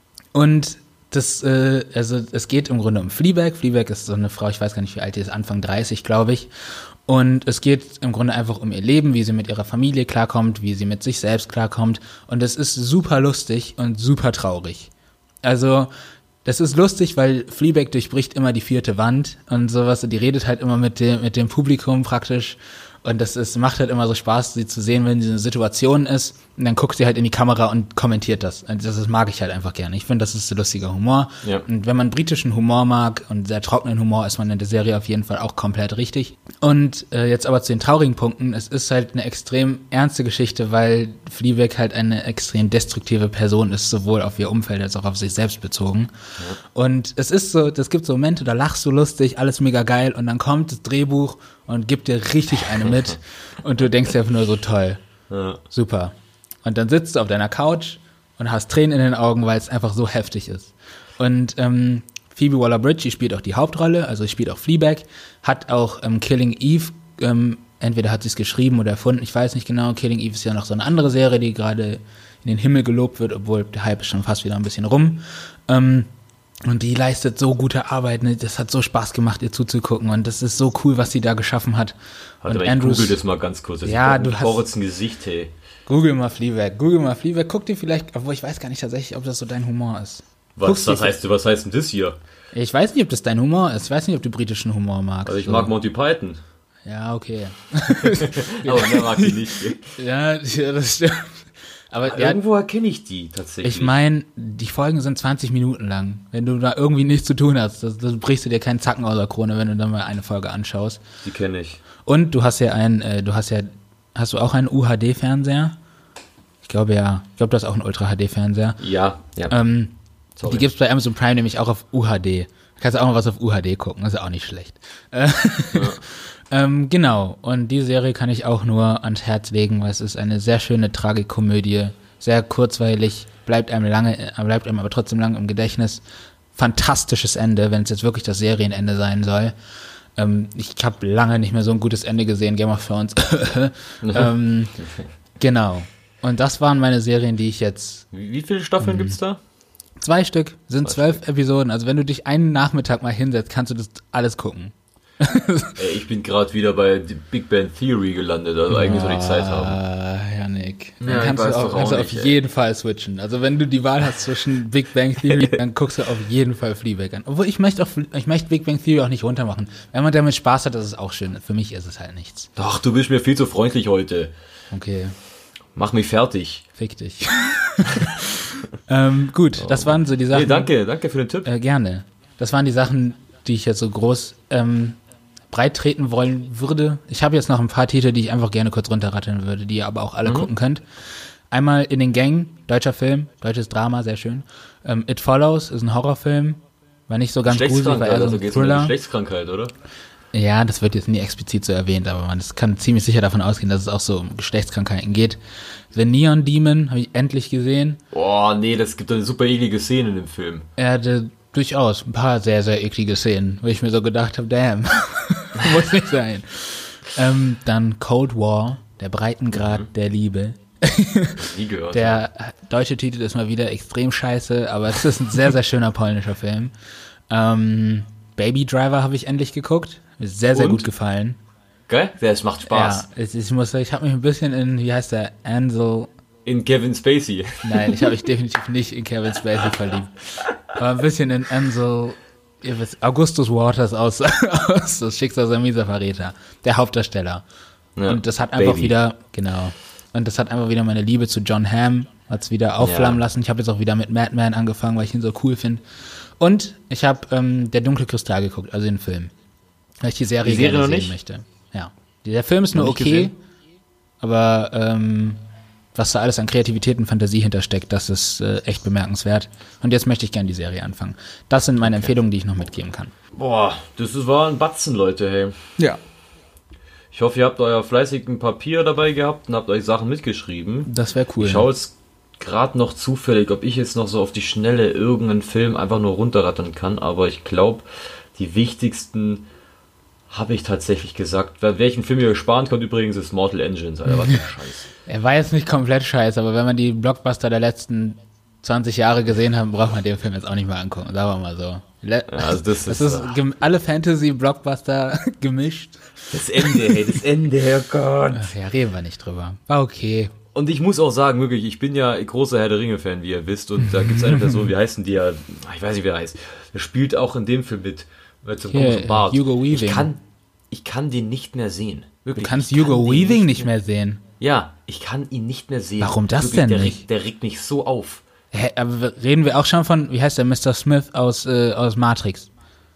Speaker 1: und das, äh, also es geht im Grunde um Fleabag. Fleabag ist so eine Frau, ich weiß gar nicht, wie alt die ist, Anfang dreißig, glaube ich. Und es geht im Grunde einfach um ihr Leben, wie sie mit ihrer Familie klarkommt, wie sie mit sich selbst klarkommt. Und es ist super lustig und super traurig. Also das ist lustig, weil Fleabag durchbricht immer die vierte Wand und sowas. Und die redet halt immer mit dem, mit dem Publikum praktisch. Und das ist, macht halt immer so Spaß, sie zu sehen, wenn sie in einer Situation ist. Und dann guckt sie halt in die Kamera und kommentiert das. Und das, das mag ich halt einfach gerne. Ich finde, das ist so lustiger Humor. Ja. Und wenn man britischen Humor mag und sehr trockenen Humor, ist man in der Serie auf jeden Fall auch komplett richtig. Und äh, jetzt aber zu den traurigen Punkten. Es ist halt eine extrem ernste Geschichte, weil Fleabag halt eine extrem destruktive Person ist, sowohl auf ihr Umfeld als auch auf sich selbst bezogen. Ja. Und es ist so, es gibt so Momente, da lachst du lustig, alles mega geil. Und dann kommt das Drehbuch und gibt dir richtig eine mit. Und du denkst dir einfach nur so, toll. Ja. Super. Und dann sitzt du auf deiner Couch und hast Tränen in den Augen, weil es einfach so heftig ist. Und ähm, Phoebe Waller-Bridge, die spielt auch die Hauptrolle, also spielt auch Fleabag, hat auch ähm, Killing Eve, ähm, entweder hat sie es geschrieben oder erfunden, ich weiß nicht genau. Killing Eve ist ja noch so eine andere Serie, die gerade in den Himmel gelobt wird, obwohl der Hype ist schon fast wieder ein bisschen rum. Ähm, und die leistet so gute Arbeit, ne? Das hat so Spaß gemacht, ihr zuzugucken, und das ist so cool, was sie da geschaffen hat.
Speaker 2: Warte, und Andrews, ich google das mal ganz kurz. Das
Speaker 1: ja, du hast
Speaker 2: jetzt ein Gesicht, hey.
Speaker 1: Google mal Fleabag, Google mal Fleabag, guck dir vielleicht, obwohl ich weiß gar nicht tatsächlich, ob das so dein Humor ist.
Speaker 2: Was, was heißt, was heißt denn das hier?
Speaker 1: Ich weiß nicht, ob das dein Humor ist, ich weiß nicht, ob du britischen Humor magst.
Speaker 2: Also ich so. mag Monty Python.
Speaker 1: Ja, okay.
Speaker 2: Aber der mag die nicht.
Speaker 1: Ja, ja, das stimmt. Aber
Speaker 2: ja, irgendwo erkenne ich die tatsächlich.
Speaker 1: Ich meine, die Folgen sind zwanzig Minuten lang. Wenn du da irgendwie nichts zu tun hast, das, das brichst du dir keinen Zacken aus der Krone, wenn du dann mal eine Folge anschaust.
Speaker 2: Die kenne ich.
Speaker 1: Und du hast ja ein, äh, du hast ja, hast du auch einen U H D-Fernseher? Ich glaube ja. Ich glaube, du hast auch einen Ultra-H D-Fernseher.
Speaker 2: Ja, ja.
Speaker 1: Ähm, die gibt's bei Amazon Prime nämlich auch auf U H D. Da kannst du auch mal was auf U H D gucken, das ist auch nicht schlecht. Äh, ja. ähm, genau, und die Serie kann ich auch nur ans Herz legen, weil es ist eine sehr schöne Tragikomödie, sehr kurzweilig, bleibt einem lange, bleibt einem aber trotzdem lange im Gedächtnis. Fantastisches Ende, wenn es jetzt wirklich das Serienende sein soll. Ähm, ich habe lange nicht mehr so ein gutes Ende gesehen, Game of Thrones. ähm, genau. Und das waren meine Serien, die ich jetzt...
Speaker 2: Wie, wie viele Staffeln ähm, gibt's da?
Speaker 1: Zwei Stück, sind Zwei zwölf Stück. Episoden. Also wenn du dich einen Nachmittag mal hinsetzt, kannst du das alles gucken.
Speaker 2: Ey, ich bin gerade wieder bei Big Bang Theory gelandet, also eigentlich soll ich Zeit haben.
Speaker 1: Janik, dann
Speaker 2: ja,
Speaker 1: kannst du, auch, kannst du auf nicht, jeden ey. Fall switchen. Also wenn du die Wahl hast zwischen Big Bang Theory, dann guckst du auf jeden Fall Fleabag an. Obwohl ich möchte, auch, ich möchte Big Bang Theory auch nicht runtermachen. Wenn man damit Spaß hat, das ist auch schön. Für mich ist es halt nichts.
Speaker 2: Ach, du bist mir viel zu freundlich heute.
Speaker 1: Okay.
Speaker 2: Mach mich fertig.
Speaker 1: Fick dich. ähm, gut, oh. das waren so die Sachen.
Speaker 2: Hey, danke, danke für den Tipp.
Speaker 1: Äh, gerne. Das waren die Sachen, die ich jetzt so groß ähm, breit treten wollen würde. Ich habe jetzt noch ein paar Titel, die ich einfach gerne kurz runterratteln würde, die ihr aber auch alle mhm. gucken könnt. Einmal In den Gängen, deutscher Film, deutsches Drama, sehr schön. Ähm, It Follows ist ein Horrorfilm, war nicht so ganz gruselig, war eher so ein
Speaker 2: also
Speaker 1: Thriller.
Speaker 2: Um Geschlechtskrankheit, oder?
Speaker 1: Ja, das wird jetzt nie explizit so erwähnt, aber man das kann ziemlich sicher davon ausgehen, dass es auch so um Geschlechtskrankheiten geht. The Neon Demon habe ich endlich gesehen.
Speaker 2: Boah, nee, das gibt eine super eklige Szene in dem Film.
Speaker 1: Ja, der durchaus ein paar sehr, sehr eklige Szenen, wo ich mir so gedacht habe, damn, muss nicht sein. Ähm, dann Cold War, der Breitengrad mhm. der Liebe.
Speaker 2: Nie gehört.
Speaker 1: Der deutsche Titel ist mal wieder extrem scheiße, aber es ist ein sehr, sehr schöner polnischer Film. Ähm, Baby Driver habe ich endlich geguckt. Mir ist sehr, sehr Und? gut gefallen.
Speaker 2: Geil? Das macht Spaß.
Speaker 1: Ja, ich, ich muss sagen, ich habe mich ein bisschen in, wie heißt der, Ansel...
Speaker 2: In Kevin Spacey.
Speaker 1: Nein, ich habe mich definitiv nicht in Kevin Spacey verliebt. Aber ein bisschen in Ansel... Ihr wisst, Augustus Waters aus, aus das Schicksal der mieser Verräter. Der Hauptdarsteller. Ja, Und das hat einfach Baby. wieder... Genau. Und das hat einfach wieder meine Liebe zu John Hamm, hat's wieder aufflammen ja. lassen. Ich habe jetzt auch wieder mit Madman angefangen, weil ich ihn so cool finde. Und ich habe ähm, Der dunkle Kristall geguckt, also den Film. Weil ich die Serie,
Speaker 2: die Serie
Speaker 1: gerne
Speaker 2: noch
Speaker 1: sehen
Speaker 2: nicht?
Speaker 1: möchte. Ja. Der Film ist nur okay, gesehen. aber ähm, was da alles an Kreativität und Fantasie hintersteckt, das ist äh, echt bemerkenswert. Und jetzt möchte ich gerne die Serie anfangen. Das sind meine okay. Empfehlungen, die ich noch mitgeben kann.
Speaker 2: Boah, das war ein Batzen, Leute, hey.
Speaker 1: Ja.
Speaker 2: Ich hoffe, ihr habt euer fleißigen Papier dabei gehabt und habt euch Sachen mitgeschrieben.
Speaker 1: Das wäre cool.
Speaker 2: Ich schaue jetzt gerade noch zufällig, ob ich jetzt noch so auf die Schnelle irgendeinen Film einfach nur runterrattern kann, aber ich glaube, die wichtigsten habe ich tatsächlich gesagt. Welchen Film ihr sparen könnt übrigens, ist Mortal Engines, Alter, was für Scheiß.
Speaker 1: Er war jetzt nicht komplett scheiße, aber wenn man die Blockbuster der letzten zwanzig Jahre gesehen hat, braucht man den Film jetzt auch nicht mehr angucken, sagen wir mal so. Le- ja, also das, das ist, ist gem- alle Fantasy-Blockbuster gemischt.
Speaker 2: Das Ende, hey, das Ende, Herrgott.
Speaker 1: Ach ja, reden wir nicht drüber. War okay.
Speaker 2: Und ich muss auch sagen, wirklich, ich bin ja großer Herr der Ringe-Fan, wie ihr wisst. Und da gibt es eine Person, wie heißen die ja? Ich weiß nicht, wie er heißt. Der spielt auch in dem Film mit. Mit so einem komischen Bart.
Speaker 1: Hugo Weaving.
Speaker 2: Ich kann, ich kann den nicht mehr sehen. Wirklich.
Speaker 1: Du kannst ich Hugo kann Weaving nicht mehr, mehr sehen?
Speaker 2: Ja, ich kann ihn nicht mehr sehen.
Speaker 1: Warum das
Speaker 2: wirklich,
Speaker 1: denn
Speaker 2: der
Speaker 1: nicht?
Speaker 2: Regt, der regt mich so auf.
Speaker 1: Hä, aber reden wir auch schon von, wie heißt der, Mister Smith aus, äh, aus Matrix?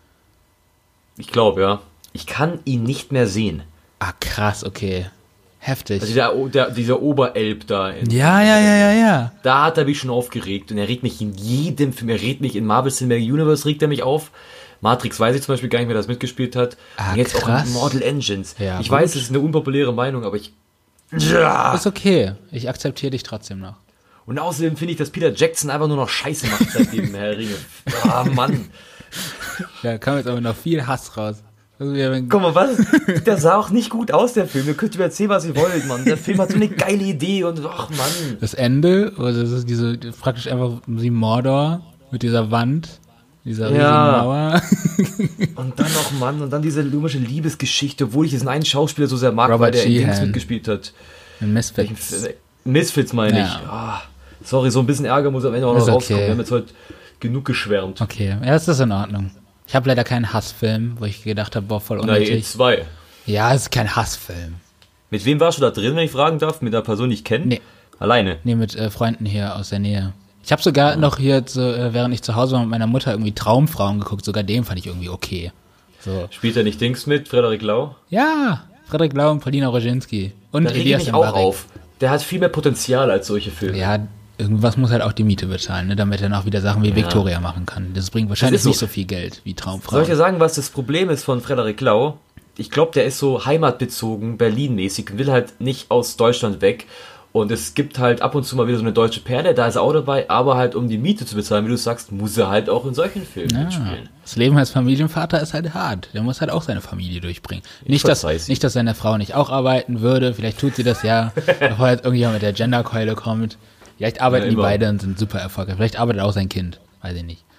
Speaker 2: Ich glaube, ja. Ich kann ihn nicht mehr sehen.
Speaker 1: Ah, krass, okay. Heftig.
Speaker 2: Also der, der, dieser Oberelb da. In,
Speaker 1: ja, ja, ja, ja, ja.
Speaker 2: Da hat er mich schon aufgeregt. Und er regt mich in jedem Film. Er regt mich in Marvel Cinematic Universe, regt er mich auf. Matrix weiß ich zum Beispiel gar nicht, wer das mitgespielt hat.
Speaker 1: Ah,
Speaker 2: und jetzt
Speaker 1: krass.
Speaker 2: auch in Mortal Engines.
Speaker 1: Ja,
Speaker 2: ich
Speaker 1: gut.
Speaker 2: weiß, es ist eine unpopuläre Meinung, aber ich...
Speaker 1: Ja. Ist okay. Ich akzeptiere dich trotzdem noch.
Speaker 2: Und außerdem finde ich, dass Peter Jackson einfach nur noch Scheiße macht seitdem Herr Ringe. Ah, Mann.
Speaker 1: Da kam jetzt aber noch viel Hass raus.
Speaker 2: Guck mal, was? Der sah auch nicht gut aus, der Film. Ihr könnt mir erzählen, was ihr wollt, Mann. Der Film hat so eine geile Idee und ach, Mann.
Speaker 1: Das Ende, also das ist diese, praktisch einfach die Mordor mit dieser Wand, dieser riesigen
Speaker 2: ja.
Speaker 1: Mauer.
Speaker 2: Und dann noch, Mann, und dann diese lumische Liebesgeschichte, obwohl ich diesen einen Schauspieler so sehr mag,
Speaker 1: Robert
Speaker 2: weil der in Dings
Speaker 1: Sheehan.
Speaker 2: mitgespielt hat.
Speaker 1: In Misfits.
Speaker 2: Misfits meine
Speaker 1: Ja.
Speaker 2: ich. Ah, sorry, so ein bisschen Ärger muss am Ende auch noch
Speaker 1: Ist
Speaker 2: rauskommen.
Speaker 1: okay.
Speaker 2: Wir haben jetzt heute genug geschwärmt.
Speaker 1: Okay, ja, das ist in Ordnung. Ich habe leider keinen Hassfilm, wo ich gedacht habe, boah, voll
Speaker 2: Na, E
Speaker 1: unnötig.
Speaker 2: zwei.
Speaker 1: Ja, es ist kein Hassfilm.
Speaker 2: Mit wem warst du da drin, wenn ich fragen darf? Mit einer Person, die ich kenne?
Speaker 1: Nee.
Speaker 2: Alleine?
Speaker 1: Nee, mit äh, Freunden hier aus der Nähe. Ich habe sogar oh. noch hier, so, äh, während ich zu Hause war mit meiner Mutter, irgendwie Traumfrauen geguckt. Sogar den fand ich irgendwie okay. So.
Speaker 2: Spielt er nicht Dings mit? Frederik Lau?
Speaker 1: Ja, Frederik Lau und Paulina Roginski. Und
Speaker 2: Da reg ich
Speaker 1: Elias
Speaker 2: mich auch
Speaker 1: Mbarek.
Speaker 2: auf. Der hat viel mehr Potenzial als solche Filme.
Speaker 1: Ja, irgendwas muss halt auch die Miete bezahlen, ne, damit er noch wieder Sachen wie
Speaker 2: Ja.
Speaker 1: Victoria machen kann. Das bringt wahrscheinlich
Speaker 2: Das ist so.
Speaker 1: nicht so viel Geld wie Traumfrauen.
Speaker 2: Soll ich dir sagen, was das Problem ist von Frederik Lau? Ich glaube, der ist so heimatbezogen, Berlin-mäßig und will halt nicht aus Deutschland weg. Und es gibt halt ab und zu mal wieder so eine deutsche Perle, da ist er auch dabei, aber halt um die Miete zu bezahlen, wie du sagst, muss er halt auch in solchen Filmen
Speaker 1: Ja,
Speaker 2: mitspielen.
Speaker 1: das Leben als Familienvater ist halt hart. Der muss halt auch seine Familie durchbringen. Nicht dass,
Speaker 2: verzeih sie.
Speaker 1: nicht, dass seine Frau nicht auch arbeiten würde. Vielleicht tut sie das ja, bevor jetzt irgendjemand mit der Genderkeule kommt. Vielleicht arbeiten
Speaker 2: Ja,
Speaker 1: die
Speaker 2: immer.
Speaker 1: beide und sind super erfolgreich. Vielleicht arbeitet auch sein Kind. Weiß ich nicht.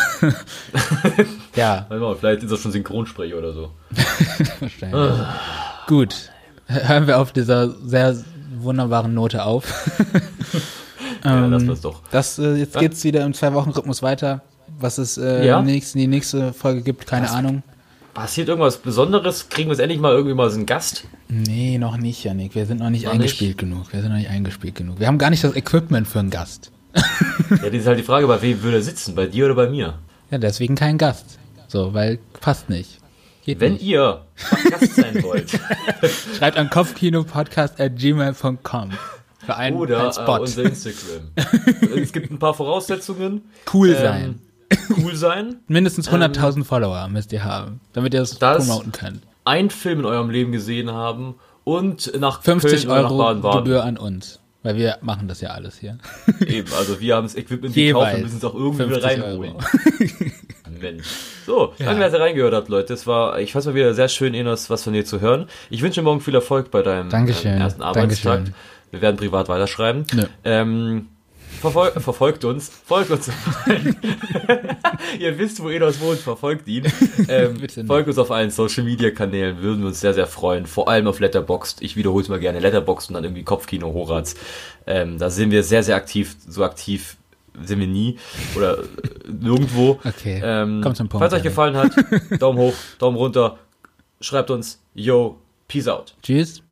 Speaker 1: Ja,
Speaker 2: Warte mal, vielleicht ist er schon Synchronsprecher oder so.
Speaker 1: wahrscheinlich. Gut. Hören wir auf dieser sehr wunderbaren Note auf.
Speaker 2: Ja,
Speaker 1: Ähm,
Speaker 2: lass das doch.
Speaker 1: Das, äh, jetzt
Speaker 2: Ja.
Speaker 1: geht's wieder im Zwei-Wochen-Rhythmus weiter. Was es äh,
Speaker 2: Ja.
Speaker 1: nächst, die nächste Folge gibt, keine
Speaker 2: Was?
Speaker 1: Ahnung.
Speaker 2: Passiert irgendwas Besonderes? Kriegen wir es endlich mal irgendwie mal so einen Gast?
Speaker 1: Nee, noch nicht, Janik. Wir sind noch nicht
Speaker 2: Noch
Speaker 1: eingespielt genug. Wir sind noch nicht eingespielt genug. Wir haben gar nicht das Equipment für einen Gast.
Speaker 2: Ja, das ist halt die Frage, bei wem würde er sitzen? Bei dir oder bei mir?
Speaker 1: Ja, deswegen kein Gast. So, weil passt nicht. Geht
Speaker 2: Wenn
Speaker 1: nicht.
Speaker 2: ihr mal Gast sein wollt.
Speaker 1: Schreibt an kopfkinopodcast at gmail punkt com für einen,
Speaker 2: Oder
Speaker 1: einen Spot.
Speaker 2: äh, unser Instagram. Es gibt ein paar Voraussetzungen.
Speaker 1: Cool
Speaker 2: Ähm,
Speaker 1: sein.
Speaker 2: Cool sein.
Speaker 1: Mindestens hunderttausend Follower müsst ihr haben, damit ihr das,
Speaker 2: Das-
Speaker 1: promoten könnt.
Speaker 2: Einen Film in eurem Leben gesehen haben und nach
Speaker 1: fünfzig
Speaker 2: Köln oder nach
Speaker 1: Euro
Speaker 2: Baden-Baden.
Speaker 1: Gebühr an uns. Weil wir machen das ja alles hier.
Speaker 2: Eben, also wir haben das Equipment gekauft und
Speaker 1: Jeweils
Speaker 2: müssen es auch irgendwie wieder
Speaker 1: fünfzig
Speaker 2: reinholen.
Speaker 1: Euro.
Speaker 2: Mensch. So, ja. Danke, dass ihr reingehört habt, Leute. Es war, ich fand es mal wieder sehr schön, Enos, was von dir zu hören. Ich wünsche morgen viel Erfolg bei deinem
Speaker 1: Dankeschön.
Speaker 2: Ähm, ersten Arbeitstag.
Speaker 1: Dankeschön.
Speaker 2: Wir werden privat weiterschreiben. Nö. Ähm, verfol- verfolgt uns. Folgt uns. Ihr wisst, wo Enos wohnt. Verfolgt ihn. Ähm, folgt uns auf allen Social-Media-Kanälen. Würden wir uns sehr, sehr freuen. Vor allem auf Letterboxd. Ich wiederhole es mal gerne. Letterboxd und dann irgendwie Kopfkino Horaz. Ähm, da sind wir sehr, sehr aktiv. So aktiv sind wir nie. Oder äh, nirgendwo.
Speaker 1: Okay.
Speaker 2: Ähm,
Speaker 1: Kommt zum Punkt.
Speaker 2: Falls euch gefallen hat, Daumen hoch, Daumen runter. Schreibt uns. Yo, peace out.
Speaker 1: Tschüss.